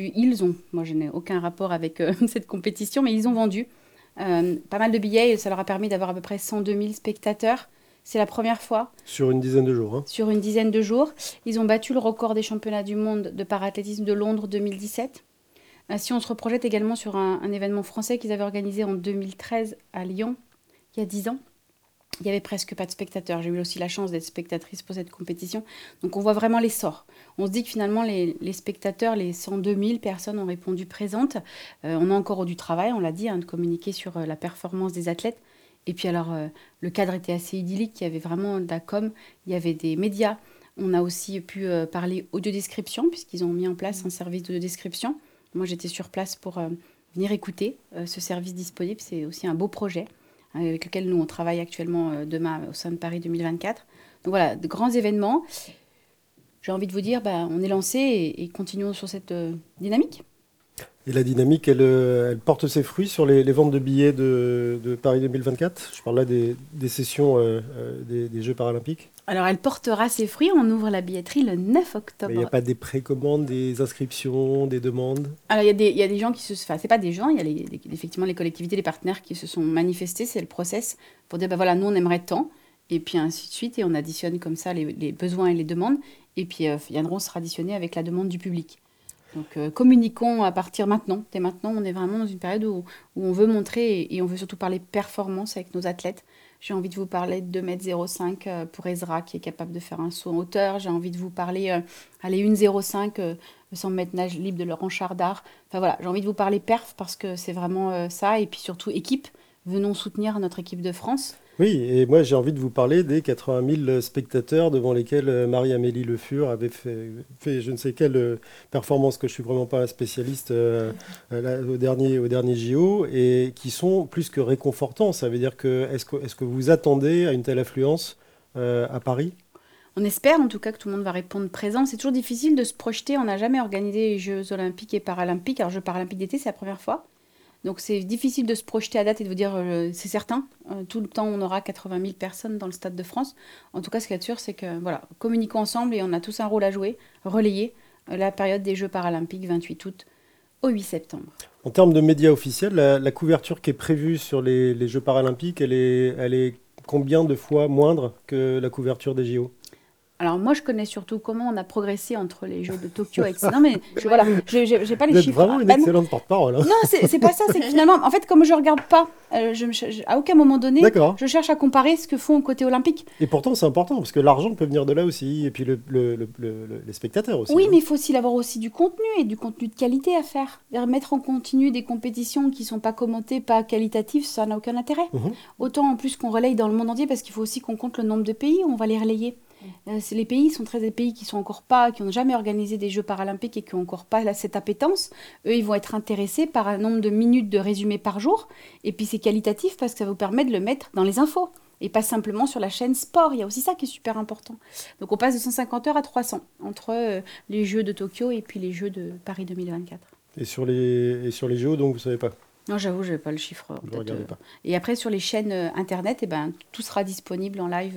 moi je n'ai aucun rapport avec cette compétition, mais ils ont vendu pas mal de billets et ça leur a permis d'avoir à peu près 102 000 spectateurs. C'est la première fois. Sur une dizaine de jours. Sur une dizaine de jours. Ils ont battu le record des championnats du monde de parathlétisme de Londres 2017. Si on se reprojette également sur un événement français qu'ils avaient organisé en 2013 à Lyon, il y a 10 ans, il n'y avait presque pas de spectateurs. J'ai eu aussi la chance d'être spectatrice pour cette compétition. Donc on voit vraiment l'essor. On se dit que finalement les spectateurs, les 102 000 personnes ont répondu présentes. On a encore du travail, on l'a dit, de communiquer sur la performance des athlètes. Et puis alors, le cadre était assez idyllique, il y avait vraiment de la com, il y avait des médias. On a aussi pu parler audiodescription, puisqu'ils ont mis en place un service d'audiodescription. Moi, j'étais sur place pour venir écouter ce service disponible. C'est aussi un beau projet avec lequel nous, on travaille actuellement demain au sein de Paris 2024. Donc voilà, de grands événements. J'ai envie de vous dire, on est lancé et continuons sur cette dynamique. Et la dynamique, elle porte ses fruits sur les ventes de billets de Paris 2024. Je parle là des sessions des Jeux paralympiques. Alors, elle portera ses fruits. On ouvre la billetterie le 9 octobre. Mais il n'y a pas des précommandes, des inscriptions, des demandes? Alors, il y a des gens qui se... Enfin, c'est pas des gens, il y a effectivement les collectivités, les partenaires qui se sont manifestés. C'est le process pour dire, voilà, nous, on aimerait tant. Et puis, ainsi de suite. Et on additionne comme ça les besoins et les demandes. Et puis, viendront se additionner avec la demande du public. Donc, communiquons à partir maintenant. Dès maintenant, on est vraiment dans une période où on veut montrer et on veut surtout parler performance avec nos athlètes. J'ai envie de vous parler de 2,05 m pour Ezra, qui est capable de faire un saut en hauteur. J'ai envie de vous parler, 1,05 100 mètres nage libre de Laurent Chardard. Enfin voilà, j'ai envie de vous parler perf parce que c'est vraiment ça. Et puis surtout, équipe. Venons soutenir notre équipe de France. Oui, et moi j'ai envie de vous parler des 80 000 spectateurs devant lesquels Marie-Amélie Le Fur avait fait je ne sais quelle performance, que je ne suis vraiment pas un spécialiste au dernier JO, et qui sont plus que réconfortants. Ça veut dire que est-ce que vous attendez à une telle affluence à Paris? On espère en tout cas que tout le monde va répondre présent. C'est toujours difficile de se projeter. On n'a jamais organisé les Jeux olympiques et paralympiques. Alors Jeux paralympiques d'été, c'est la première fois. Donc c'est difficile de se projeter à date et de vous dire c'est certain. Tout le temps, on aura 80 000 personnes dans le Stade de France. En tout cas, ce qu'il y a de sûr, c'est que voilà, communiquons ensemble et on a tous un rôle à jouer, relayer la période des Jeux paralympiques 28 août au 8 septembre. En termes de médias officiels, la couverture qui est prévue sur les Jeux paralympiques, elle est combien de fois moindre que la couverture des JO? Alors moi, je connais surtout comment on a progressé entre les Jeux de Tokyo, etc. Non, mais voilà, j'ai pas les Vous êtes chiffres. vraiment une excellente porte-parole. Hein. Non, c'est pas ça. C'est que finalement, en fait, comme je regarde pas, à aucun moment donné, je cherche à comparer ce que font au côté olympique. Et pourtant, c'est important, parce que l'argent peut venir de là aussi, et puis les spectateurs aussi. Oui, mais il faut aussi avoir aussi du contenu, et du contenu de qualité à faire. Mettre en continu des compétitions qui sont pas commentées, pas qualitatives, ça n'a aucun intérêt. Autant en plus qu'on relaye dans le monde entier, parce qu'il faut aussi qu'on compte le nombre de pays où on va les relayer. Les pays sont des pays qui n'ont jamais organisé des Jeux paralympiques et qui n'ont encore pas cette appétence. Eux, ils vont être intéressés par un nombre de minutes de résumé par jour. Et puis c'est qualitatif parce que ça vous permet de le mettre dans les infos et pas simplement sur la chaîne sport. Il y a aussi ça qui est super important. Donc on passe de 150 heures à 300 entre les Jeux de Tokyo et puis les Jeux de Paris 2024. Et sur les JO, donc vous ne savez pas? Non, j'avoue, je n'avais pas le chiffre. Je ne regardais pas. Et après, sur les chaînes internet, tout sera disponible en live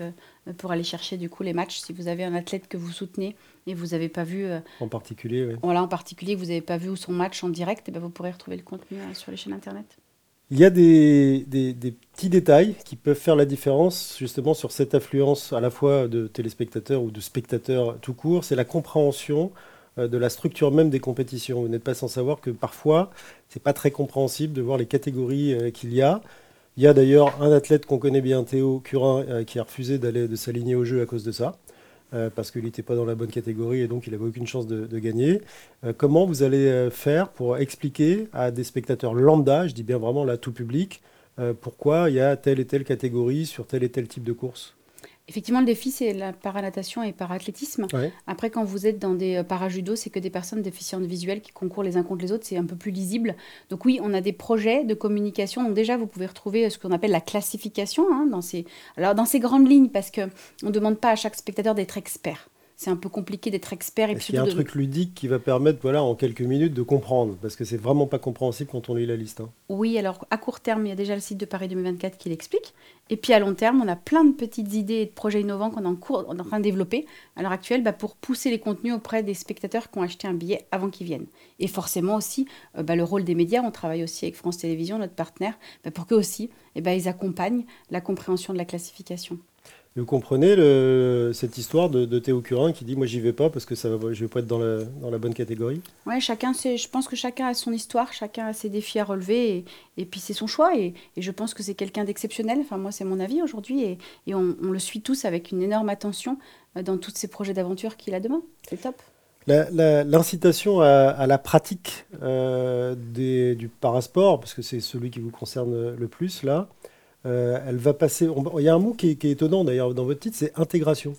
pour aller chercher du coup les matchs. Si vous avez un athlète que vous soutenez et vous n'avez pas vu, En particulier, oui. voilà, en particulier, vous n'avez pas vu son match en direct, vous pourrez retrouver le contenu sur les chaînes internet. Il y a des petits détails qui peuvent faire la différence justement sur cette affluence à la fois de téléspectateurs ou de spectateurs tout court. C'est la compréhension de la structure même des compétitions. Vous n'êtes pas sans savoir que parfois, c'est pas très compréhensible de voir les catégories qu'il y a. Il y a d'ailleurs un athlète qu'on connaît bien, Théo Curin, qui a refusé de s'aligner au jeu à cause de ça. Parce qu'il n'était pas dans la bonne catégorie et donc il n'avait aucune chance de gagner. Comment vous allez faire pour expliquer à des spectateurs lambda, je dis bien vraiment là tout public, pourquoi il y a telle et telle catégorie sur tel et tel type de course ? Effectivement, le défi, c'est la paranatation et parathlétisme. Ouais. Après, quand vous êtes dans des parajudo, c'est que des personnes déficientes visuelles qui concourent les uns contre les autres, c'est un peu plus lisible. Donc oui, on a des projets de communication. Donc déjà, vous pouvez retrouver ce qu'on appelle la classification dans ces grandes lignes, parce qu'on ne demande pas à chaque spectateur d'être expert. C'est un peu compliqué d'être expert. Est-ce qu'il y a un truc ludique qui va permettre, en quelques minutes, de comprendre ? Parce que c'est vraiment pas compréhensible quand on lit la liste. Oui, alors à court terme, il y a déjà le site de Paris 2024 qui l'explique. Et puis à long terme, on a plein de petites idées et de projets innovants qu'on est en train de développer à l'heure actuelle pour pousser les contenus auprès des spectateurs qui ont acheté un billet avant qu'ils viennent. Et forcément aussi, le rôle des médias, on travaille aussi avec France Télévisions, notre partenaire, pour qu'eux aussi, ils accompagnent la compréhension de la classification. Vous comprenez cette histoire de Théo Curin qui dit « moi j'y vais pas parce que je ne vais pas être dans la bonne catégorie ». Oui, je pense que chacun a son histoire, chacun a ses défis à relever et puis c'est son choix et je pense que c'est quelqu'un d'exceptionnel, enfin moi c'est mon avis aujourd'hui et on le suit tous avec une énorme attention dans tous ces projets d'aventure qu'il a demain, c'est top. L'incitation à la pratique du parasport, parce que c'est celui qui vous concerne le plus là, elle va passer. Il y a un mot qui est étonnant d'ailleurs dans votre titre, c'est intégration.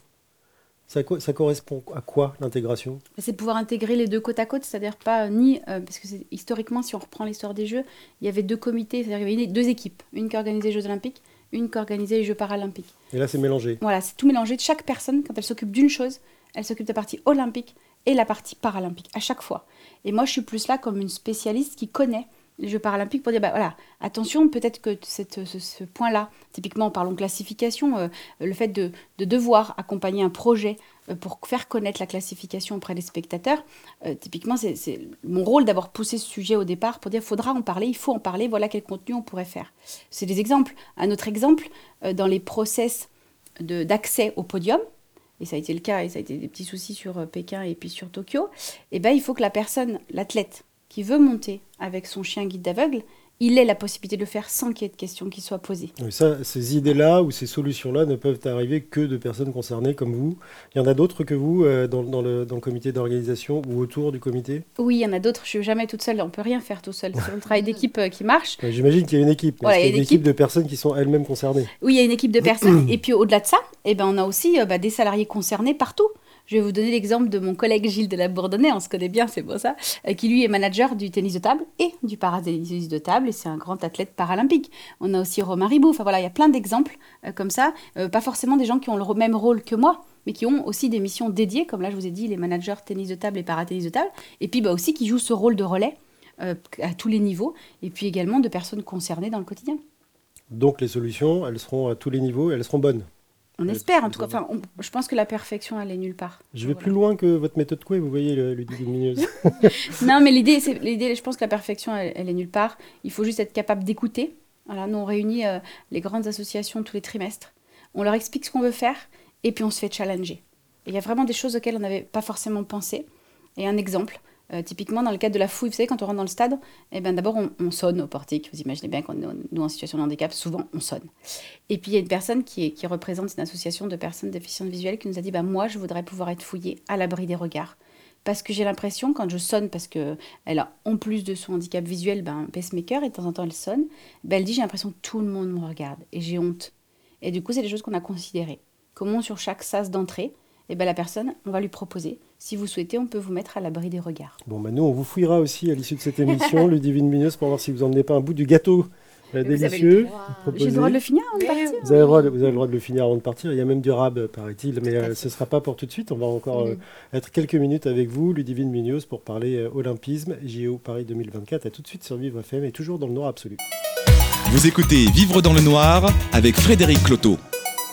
Ça correspond à quoi l'intégration ? C'est pouvoir intégrer les deux côte à côte, c'est-à-dire pas parce que historiquement, si on reprend l'histoire des Jeux, il y avait deux comités, c'est-à-dire il y avait deux équipes, une qui organisait les Jeux Olympiques, une qui organisait les Jeux Paralympiques. Et là, c'est mélangé. Voilà, c'est tout mélangé. Chaque personne, quand elle s'occupe d'une chose, elle s'occupe de la partie olympique et la partie paralympique à chaque fois. Et moi, je suis plus là comme une spécialiste qui connaît les Jeux paralympiques pour dire, attention, peut-être que ce point-là, typiquement, parlons classification, le fait de devoir accompagner un projet pour faire connaître la classification auprès des spectateurs, typiquement, c'est mon rôle d'avoir poussé ce sujet au départ pour dire, faudra en parler, il faut en parler, voilà quel contenu on pourrait faire. C'est des exemples. Un autre exemple, dans les process d'accès au podium, et ça a été le cas, et ça a été des petits soucis sur Pékin et puis sur Tokyo, il faut que la personne, l'athlète, qui veut monter avec son chien guide d'aveugle, il ait la possibilité de le faire sans qu'il y ait de questions qui soient posées. Oui, ça, ces idées-là ou ces solutions-là ne peuvent arriver que de personnes concernées comme vous. Il y en a d'autres que vous dans le comité d'organisation ou autour du comité ? Oui, il y en a d'autres. Je ne suis jamais toute seule. On ne peut rien faire tout seul. C'est un travail d'équipe qui marche. J'imagine qu'il y a une équipe. Voilà, il y a une équipe de personnes qui sont elles-mêmes concernées. Oui, il y a une équipe de personnes. Et puis au-delà de ça, on a aussi des salariés concernés partout. Je vais vous donner l'exemple de mon collègue Gilles de la Bourdonnais, on se connaît bien, c'est pour ça, qui lui est manager du tennis de table et du paratennis de table, et c'est un grand athlète paralympique. On a aussi Romain Ribou, il y a plein d'exemples comme ça, pas forcément des gens qui ont le même rôle que moi, mais qui ont aussi des missions dédiées, comme là je vous ai dit, les managers tennis de table et paratennis de table, et puis aussi qui jouent ce rôle de relais à tous les niveaux, et puis également de personnes concernées dans le quotidien. Donc les solutions, elles seront à tous les niveaux, elles seront bonnes. On espère, en tout cas. Je pense que la perfection, elle est nulle part. Je vais plus loin que votre méthode Coué, vous voyez, Ludivine Migneuse. Non, mais l'idée, je pense que la perfection, elle est nulle part. Il faut juste être capable d'écouter. Voilà, nous, on réunit les grandes associations tous les trimestres. On leur explique ce qu'on veut faire et puis on se fait challenger. Et il y a vraiment des choses auxquelles on n'avait pas forcément pensé. Et un exemple, typiquement, dans le cadre de la fouille, vous savez, quand on rentre dans le stade, d'abord, on sonne au portique. Vous imaginez bien qu'on est nous, en situation de handicap, souvent, on sonne. Et puis, il y a une personne qui représente une association de personnes déficientes visuelles qui nous a dit moi, je voudrais pouvoir être fouillée à l'abri des regards. Parce que j'ai l'impression, quand je sonne, parce qu'elle a, en plus de son handicap visuel, un pacemaker, et de temps en temps, elle sonne, elle dit, j'ai l'impression que tout le monde me regarde, et j'ai honte. Et du coup, c'est des choses qu'on a considérées. Comment, sur chaque sas d'entrée, la personne, on va lui proposer. Si vous souhaitez, on peut vous mettre à l'abri des regards. Bon, nous, on vous fouillera aussi à l'issue de cette émission, Ludivine Migneuse, pour voir si vous n'emmenez pas un bout du gâteau délicieux. J'ai le droit de le finir avant de partir. Vous avez le droit de le finir avant de partir. Il y a même du rab, paraît-il, mais ce ne sera pas pour tout de suite. On va encore être quelques minutes avec vous, Ludivine Migneuse, pour parler olympisme, JO Paris 2024. À tout de suite sur Vivre FM et toujours dans le noir absolu. Vous écoutez Vivre dans le noir avec Frédéric Cloteau.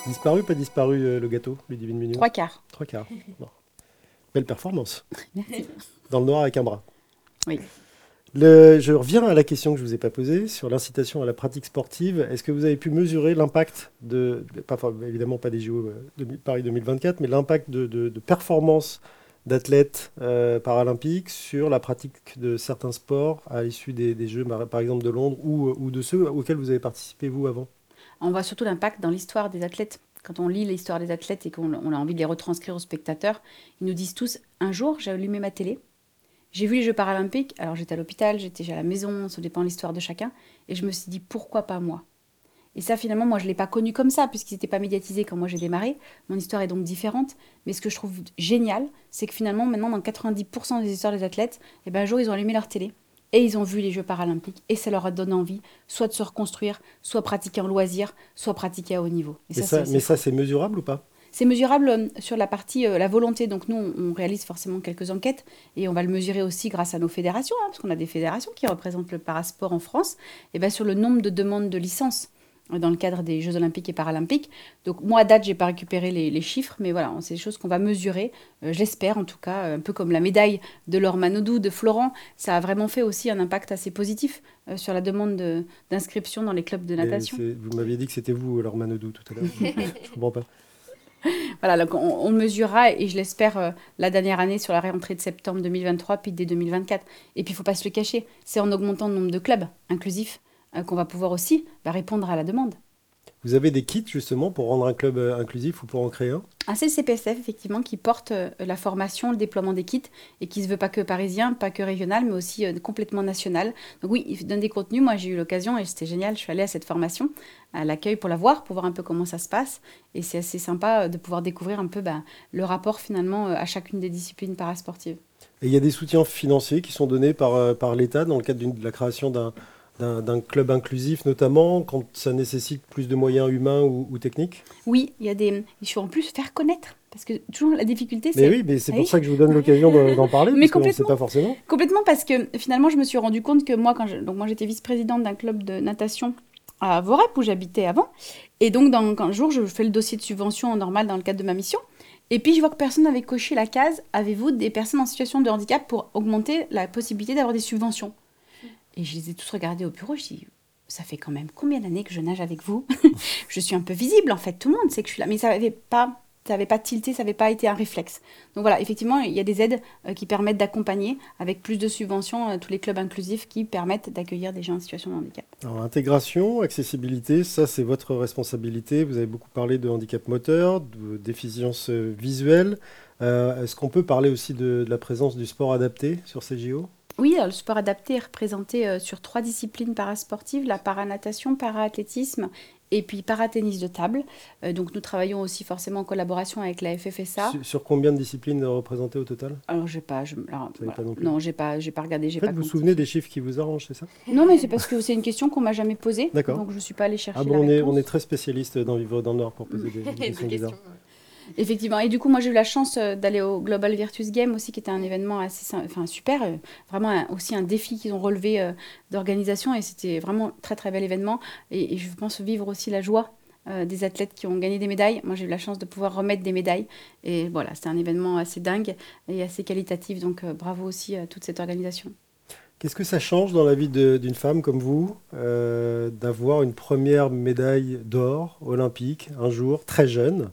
Disparu, pas disparu le gâteau, les Divines Mignons? 3/4. 3/4. Bon. Belle performance. Merci. Dans le noir avec un bras. Oui. Je reviens à la question que je ne vous ai pas posée sur l'incitation à la pratique sportive. Est-ce que vous avez pu mesurer l'impact évidemment pas des JO Paris 2024, mais l'impact de performance d'athlètes paralympiques sur la pratique de certains sports à l'issue des Jeux, par exemple de Londres, ou de ceux auxquels vous avez participé, vous, avant? On voit surtout l'impact dans l'histoire des athlètes. Quand on lit l'histoire des athlètes et qu'on a envie de les retranscrire aux spectateurs, ils nous disent tous, un jour, j'ai allumé ma télé, j'ai vu les Jeux paralympiques, alors j'étais à l'hôpital, j'étais à la maison, ça dépend de l'histoire de chacun, et je me suis dit, pourquoi pas moi? Et ça, finalement, moi, je ne l'ai pas connu comme ça, puisqu'ils n'étaient pas médiatisés quand moi j'ai démarré. Mon histoire est donc différente. Mais ce que je trouve génial, c'est que finalement, maintenant, dans 90% des histoires des athlètes, un jour, ils ont allumé leur télé. Et ils ont vu les Jeux paralympiques. Et ça leur a donné envie, soit de se reconstruire, soit pratiquer en loisir, soit pratiquer à haut niveau. Et mais ça, c'est mesurable ou pas? C'est mesurable sur la partie la volonté. Donc nous, on réalise forcément quelques enquêtes et on va le mesurer aussi grâce à nos fédérations, parce qu'on a des fédérations qui représentent le parasport en France, et sur le nombre de demandes de licence dans le cadre des Jeux olympiques et paralympiques. Donc moi, à date, je n'ai pas récupéré les chiffres, mais voilà, c'est des choses qu'on va mesurer, j'espère en tout cas, un peu comme la médaille de Laure Manodou, de Florent, ça a vraiment fait aussi un impact assez positif sur la demande d'inscription dans les clubs de natation. Vous m'aviez dit que c'était vous, Laure Manodou, tout à l'heure. Je comprends pas. Voilà, donc on mesurera, et je l'espère, la dernière année sur la rentrée de septembre 2023, puis dès 2024. Et puis, il ne faut pas se le cacher, c'est en augmentant le nombre de clubs inclusifs qu'on va pouvoir aussi répondre à la demande. Vous avez des kits, justement, pour rendre un club inclusif ou pour en créer un? C'est le CPSF, effectivement, qui porte la formation, le déploiement des kits, et qui ne se veut pas que parisien, pas que régional, mais aussi complètement national. Donc oui, il donne des contenus. Moi, j'ai eu l'occasion, et c'était génial, je suis allée à cette formation, à l'accueil pour la voir, pour voir un peu comment ça se passe. Et c'est assez sympa de pouvoir découvrir un peu le rapport, finalement, à chacune des disciplines parasportives. Et il y a des soutiens financiers qui sont donnés par l'État dans le cadre de la création d'un club inclusif, notamment quand ça nécessite plus de moyens humains ou techniques? Oui, il faut en plus faire connaître, parce que toujours la difficulté, c'est... Mais oui, mais c'est pour ça que je vous donne l'occasion d'en parler, mais parce qu'on ne sait pas forcément. Complètement, parce que finalement, je me suis rendu compte que moi, moi j'étais vice-présidente d'un club de natation à Vorep, où j'habitais avant, et donc un jour, je fais le dossier de subvention normal dans le cadre de ma mission, et puis je vois que personne n'avait coché la case « Avez-vous des personnes en situation de handicap ?» pour augmenter la possibilité d'avoir des subventions. Et je les ai tous regardés au bureau, je dis, ça fait quand même combien d'années que je nage avec vous? Je suis un peu visible, en fait, tout le monde sait que je suis là. Mais ça n'avait pas tilté, ça n'avait pas été un réflexe. Donc voilà, effectivement, il y a des aides qui permettent d'accompagner, avec plus de subventions, tous les clubs inclusifs qui permettent d'accueillir des gens en situation de handicap. Alors, intégration, accessibilité, ça c'est votre responsabilité. Vous avez beaucoup parlé de handicap moteur, de déficience visuelle. Est-ce qu'on peut parler aussi de la présence du sport adapté sur ces JO? Oui, alors le sport adapté est représenté sur 3 disciplines parasportives, la paranatation, paraathlétisme et puis paratennis de table. Donc nous travaillons aussi forcément en collaboration avec la FFSA. Sur combien de disciplines représentées au total? Alors pas non plus. Non, j'ai pas regardé. En fait, vous vous souvenez des chiffres qui vous arrangent, c'est ça? Non, mais c'est parce que c'est une question qu'on m'a jamais posée. D'accord. Donc je suis pas allée chercher la réponse. On est très spécialiste dans Vivre dans le Nord pour poser des questions bizarres. Effectivement. Et du coup, moi, j'ai eu la chance d'aller au Global Virtus Game aussi, qui était un événement assez super. Vraiment aussi un défi qu'ils ont relevé d'organisation. Et c'était vraiment très, très bel événement. Et je pense vivre aussi la joie des athlètes qui ont gagné des médailles. Moi, j'ai eu la chance de pouvoir remettre des médailles. Et voilà, c'était un événement assez dingue et assez qualitatif. Donc, bravo aussi à toute cette organisation. Qu'est-ce que ça change dans la vie d'une femme comme vous d'avoir une première médaille d'or olympique un jour, très jeune,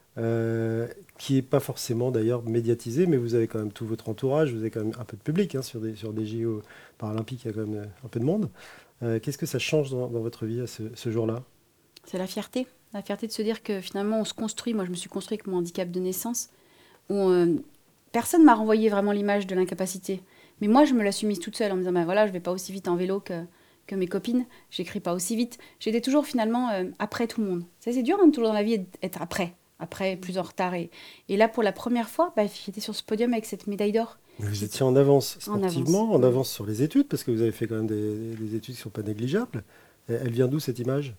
qui n'est pas forcément d'ailleurs médiatisé, mais vous avez quand même tout votre entourage, vous avez quand même un peu de public sur des JO paralympiques, il y a quand même un peu de monde. Qu'est-ce que ça change dans votre vie à ce jour-là? C'est la fierté de se dire que finalement on se construit. Moi je me suis construit avec mon handicap de naissance, où personne ne m'a renvoyé vraiment l'image de l'incapacité. Mais moi je me la suis mise toute seule en me disant voilà, je ne vais pas aussi vite en vélo que mes copines, j'écris pas aussi vite. J'étais toujours finalement après tout le monde. Ça, c'est dur toujours dans la vie d'être après, plus en retard. Et là, pour la première fois, j'étais sur ce podium avec cette médaille d'or. Vous étiez en avance sportivement, en avance sur les études, parce que vous avez fait quand même des études qui ne sont pas négligeables. Elle vient d'où, cette image?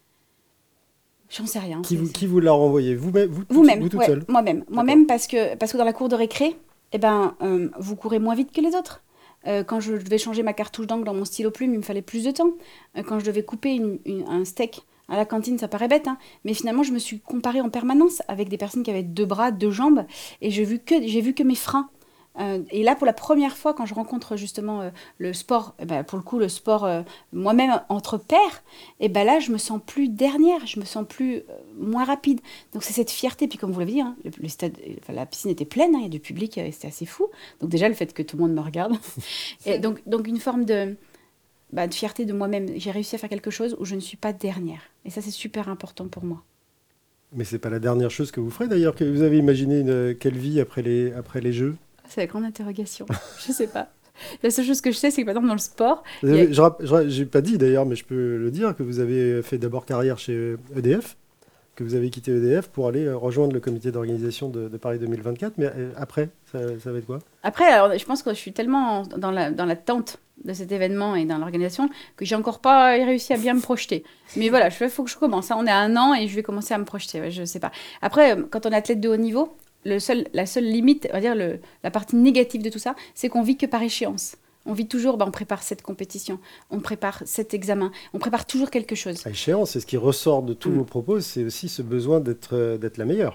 J'en sais rien. Qui vous l'a renvoyé? Vous-même, vous toute seule? Moi-même, parce que dans la cour de récré, vous courez moins vite que les autres. Quand je devais changer ma cartouche d'encre dans mon stylo plume, il me fallait plus de temps. Quand je devais couper un steak À la cantine, ça paraît bête, hein, mais finalement, je me suis comparée en permanence avec des personnes qui avaient 2 bras, 2 jambes, et j'ai vu que mes freins. Et là, pour la première fois, quand je rencontre justement le sport, pour le coup, le sport moi-même entre pairs, et ben là, je me sens plus dernière, je me sens plus moins rapide. Donc c'est cette fierté. Puis comme vous l'avez dit, hein, le stade, la piscine était pleine, hein, il y a du public, c'était assez fou. Donc déjà, le fait que tout le monde me regarde. Et donc une forme de fierté de moi-même. J'ai réussi à faire quelque chose où je ne suis pas dernière. Et ça, c'est super important pour moi. Mais c'est pas la dernière chose que vous ferez d'ailleurs. Que vous avez imaginé quelle vie après les Jeux? C'est la grande interrogation. Je sais pas. La seule chose que je sais, c'est que par exemple dans le sport... J'ai pas dit d'ailleurs, mais je peux le dire, que vous avez fait d'abord carrière chez EDF, que vous avez quitté EDF pour aller rejoindre le comité d'organisation de Paris 2024. Mais après, ça va être quoi? Après, alors, je pense que je suis tellement dans l'attente de cet événement et dans l'organisation que j'ai encore pas réussi à bien me projeter. Mais voilà, il faut que je commence. Hein. On est à 1 an et je vais commencer à me projeter. Ouais, je sais pas. Après, quand on est athlète de haut niveau... la seule limite, on va dire la partie négative de tout ça, c'est qu'on vit que par échéance. On vit toujours, on prépare cette compétition, on prépare cet examen, on prépare toujours quelque chose. À échéance, c'est ce qui ressort de tous vos propos, c'est aussi ce besoin d'être la meilleure.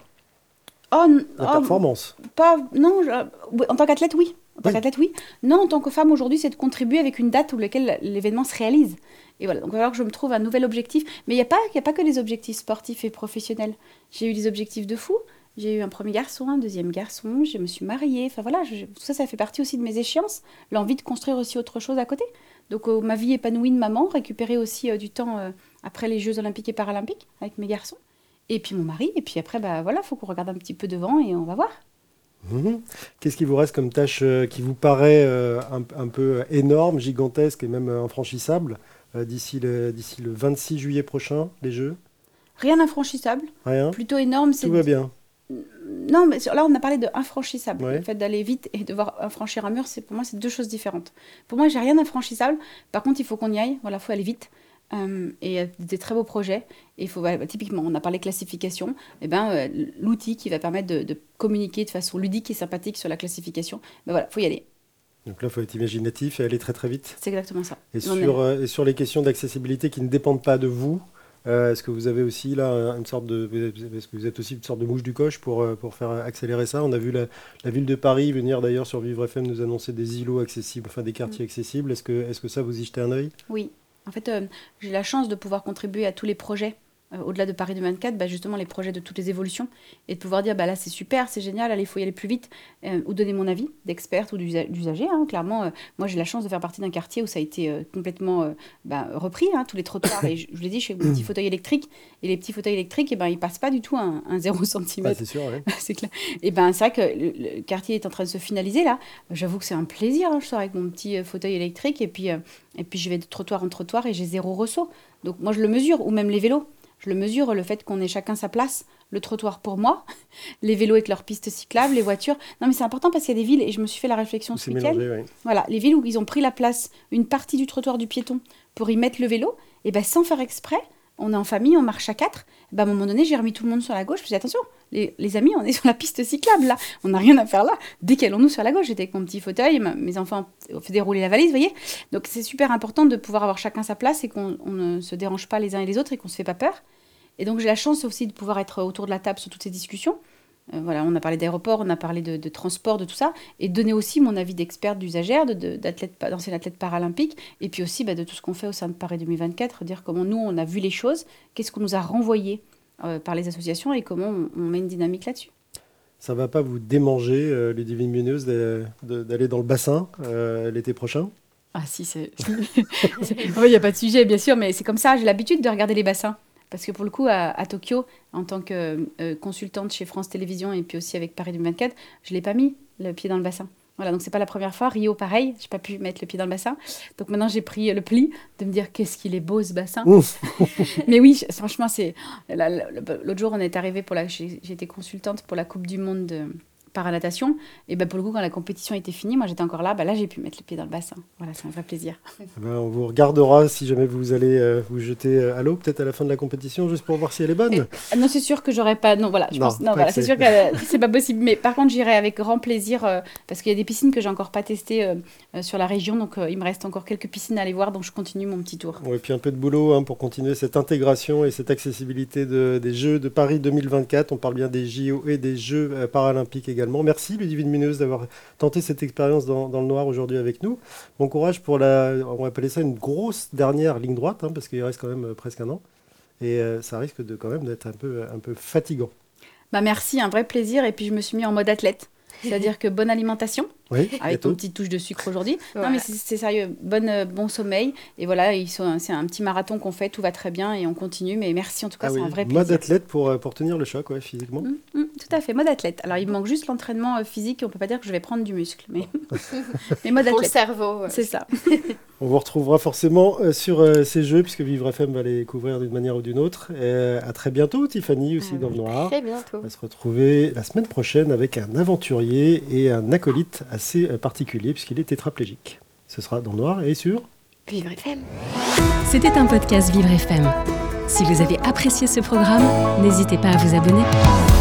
La performance. En tant qu'athlète, oui. Non, en tant que femme, aujourd'hui, c'est de contribuer avec une date où laquelle l'événement se réalise. Et voilà, donc il va falloir que je me trouve un nouvel objectif. Mais il n'y a pas que les objectifs sportifs et professionnels. J'ai eu des objectifs de fou. J'ai eu un premier garçon, un deuxième garçon, je me suis mariée, enfin voilà, tout ça fait partie aussi de mes échéances, l'envie de construire aussi autre chose à côté. Donc ma vie épanouie de maman, récupérer aussi du temps après les Jeux Olympiques et Paralympiques avec mes garçons, et puis mon mari, et puis après, voilà, il faut qu'on regarde un petit peu devant et on va voir. Qu'est-ce qui vous reste comme tâche qui vous paraît un peu énorme, gigantesque et même infranchissable d'ici le 26 juillet prochain, les Jeux? Rien d'infranchissable. Rien. Plutôt énorme. Tout va bien. Non, mais là, on a parlé de infranchissable. Ouais. Le fait d'aller vite et de voir franchir un mur, pour moi, c'est 2 choses différentes. Pour moi, j'ai rien d'infranchissable. Par contre, il faut qu'on y aille. Voilà, il faut aller vite. Et il y a des très beaux projets. Et il faut, typiquement, on a parlé classification. L'outil qui va permettre de communiquer de façon ludique et sympathique sur la classification, voilà, il faut y aller. Donc là, il faut être imaginatif et aller très très vite. C'est exactement ça. Et sur les questions d'accessibilité qui ne dépendent pas de vous, est-ce que vous avez aussi là est-ce que vous êtes aussi une sorte de mouche du coche pour faire accélérer ça? On a vu la ville de Paris venir d'ailleurs sur Vivre FM nous annoncer des îlots accessibles, enfin des quartiers accessibles. Est-ce que ça vous y jetez un œil? Oui. En fait, j'ai la chance de pouvoir contribuer à tous les projets au-delà de Paris 2024, justement les projets de toutes les évolutions, et de pouvoir dire là c'est super, c'est génial, allez, il faut y aller plus vite, ou donner mon avis d'experte ou d'usager. Hein, clairement, moi j'ai la chance de faire partie d'un quartier où ça a été complètement repris, hein, tous les trottoirs, et je vous l'ai dit, je fais des petits fauteuils électriques, et les petits fauteuils électriques, ils passent pas du tout un 0 cm. Ah, c'est sûr, ouais. C'est clair. Et c'est vrai que le quartier est en train de se finaliser là, j'avoue que c'est un plaisir, hein, je sors avec mon petit fauteuil électrique, et puis je vais de trottoir en trottoir, et j'ai 0 ressaut. Donc moi je le mesure, ou même les vélos. Je le mesure, le fait qu'on ait chacun sa place, le trottoir pour moi, les vélos avec leurs pistes cyclables, les voitures. Non, mais c'est important parce qu'il y a des villes, et je me suis fait la réflexion ce week-end. Ouais. Voilà, les villes où ils ont pris la place, une partie du trottoir du piéton pour y mettre le vélo, et sans faire exprès, on est en famille, on marche à 4. À un moment donné, j'ai remis tout le monde sur la gauche. Je me suis dit, attention, les amis, on est sur la piste cyclable là. On n'a rien à faire là. Décalons-nous sur la gauche. J'étais avec mon petit fauteuil, mes enfants ont fait dérouler la valise, vous voyez. Donc c'est super important de pouvoir avoir chacun sa place et qu'on ne se dérange pas les uns et les autres et qu'on ne se fait pas peur. Et donc j'ai la chance aussi de pouvoir être autour de la table sur toutes ces discussions. Voilà, on a parlé d'aéroport, on a parlé de transport, de tout ça, et donner aussi mon avis d'experte, d'usagère, d'ancienne athlète paralympique, et puis aussi de tout ce qu'on fait au sein de Paris 2024, dire comment nous, on a vu les choses, qu'est-ce qu'on nous a renvoyé par les associations, et comment on met une dynamique là-dessus. Ça ne va pas vous démanger, les divines migneuses, d'aller dans le bassin l'été prochain? Ah si, il n'y a pas de sujet, bien sûr, mais c'est comme ça, j'ai l'habitude de regarder les bassins. Parce que pour le coup, à Tokyo, en tant que consultante chez France Télévisions et puis aussi avec Paris 2024, je ne l'ai pas mis le pied dans le bassin. Voilà, donc c'est pas la première fois. Rio, pareil, je n'ai pas pu mettre le pied dans le bassin. Donc maintenant, j'ai pris le pli de me dire qu'est-ce qu'il est beau ce bassin. Mais oui, franchement, l'autre jour, on est arrivé j'ai été consultante pour la Coupe du Monde de paranatation. Et pour le coup, quand la compétition était finie, moi j'étais encore là. Là, j'ai pu mettre les pieds dans le bassin. Voilà, c'est un vrai plaisir. On vous regardera si jamais vous allez vous jeter à l'eau, peut-être à la fin de la compétition, juste pour voir si elle est bonne. Non, c'est sûr que j'aurais pas. Non, voilà, c'est sûr que c'est pas possible. Mais par contre, j'irai avec grand plaisir parce qu'il y a des piscines que j'ai encore pas testées sur la région. Donc, il me reste encore quelques piscines à aller voir. Donc, je continue mon petit tour. Et puis un peu de boulot pour continuer cette intégration et cette accessibilité des Jeux de Paris 2024. On parle bien des JO et des Jeux paralympiques également. Merci Ludivine Munoz d'avoir tenté cette expérience dans le noir aujourd'hui avec nous. Bon courage pour on va appeler ça une grosse dernière ligne droite, parce qu'il reste quand même presque un an. Et ça risque quand même d'être un peu fatigant. Merci, un vrai plaisir. Et puis je me suis mis en mode athlète. C'est-à-dire que bonne alimentation, avec une petite touche de sucre aujourd'hui. Voilà. Non, mais c'est sérieux, bon sommeil. Et voilà, c'est un petit marathon qu'on fait, tout va très bien et on continue. Mais merci en tout cas, c'est un vrai plaisir. Mode athlète pour tenir le choc, physiquement. Tout à fait, mode athlète. Alors, il me manque juste l'entraînement physique. On ne peut pas dire que je vais prendre du muscle, mais mode athlète. Pour le cerveau. C'est ça. On vous retrouvera forcément sur ces jeux, puisque Vivre FM va les couvrir d'une manière ou d'une autre. À très bientôt, Tiffany, aussi dans le noir. Très bientôt. On va se retrouver la semaine prochaine avec un aventurier et un acolyte assez particulier, puisqu'il est tétraplégique. Ce sera dans le noir et sur Vivre FM. C'était un podcast Vivre FM. Si vous avez apprécié ce programme, n'hésitez pas à vous abonner.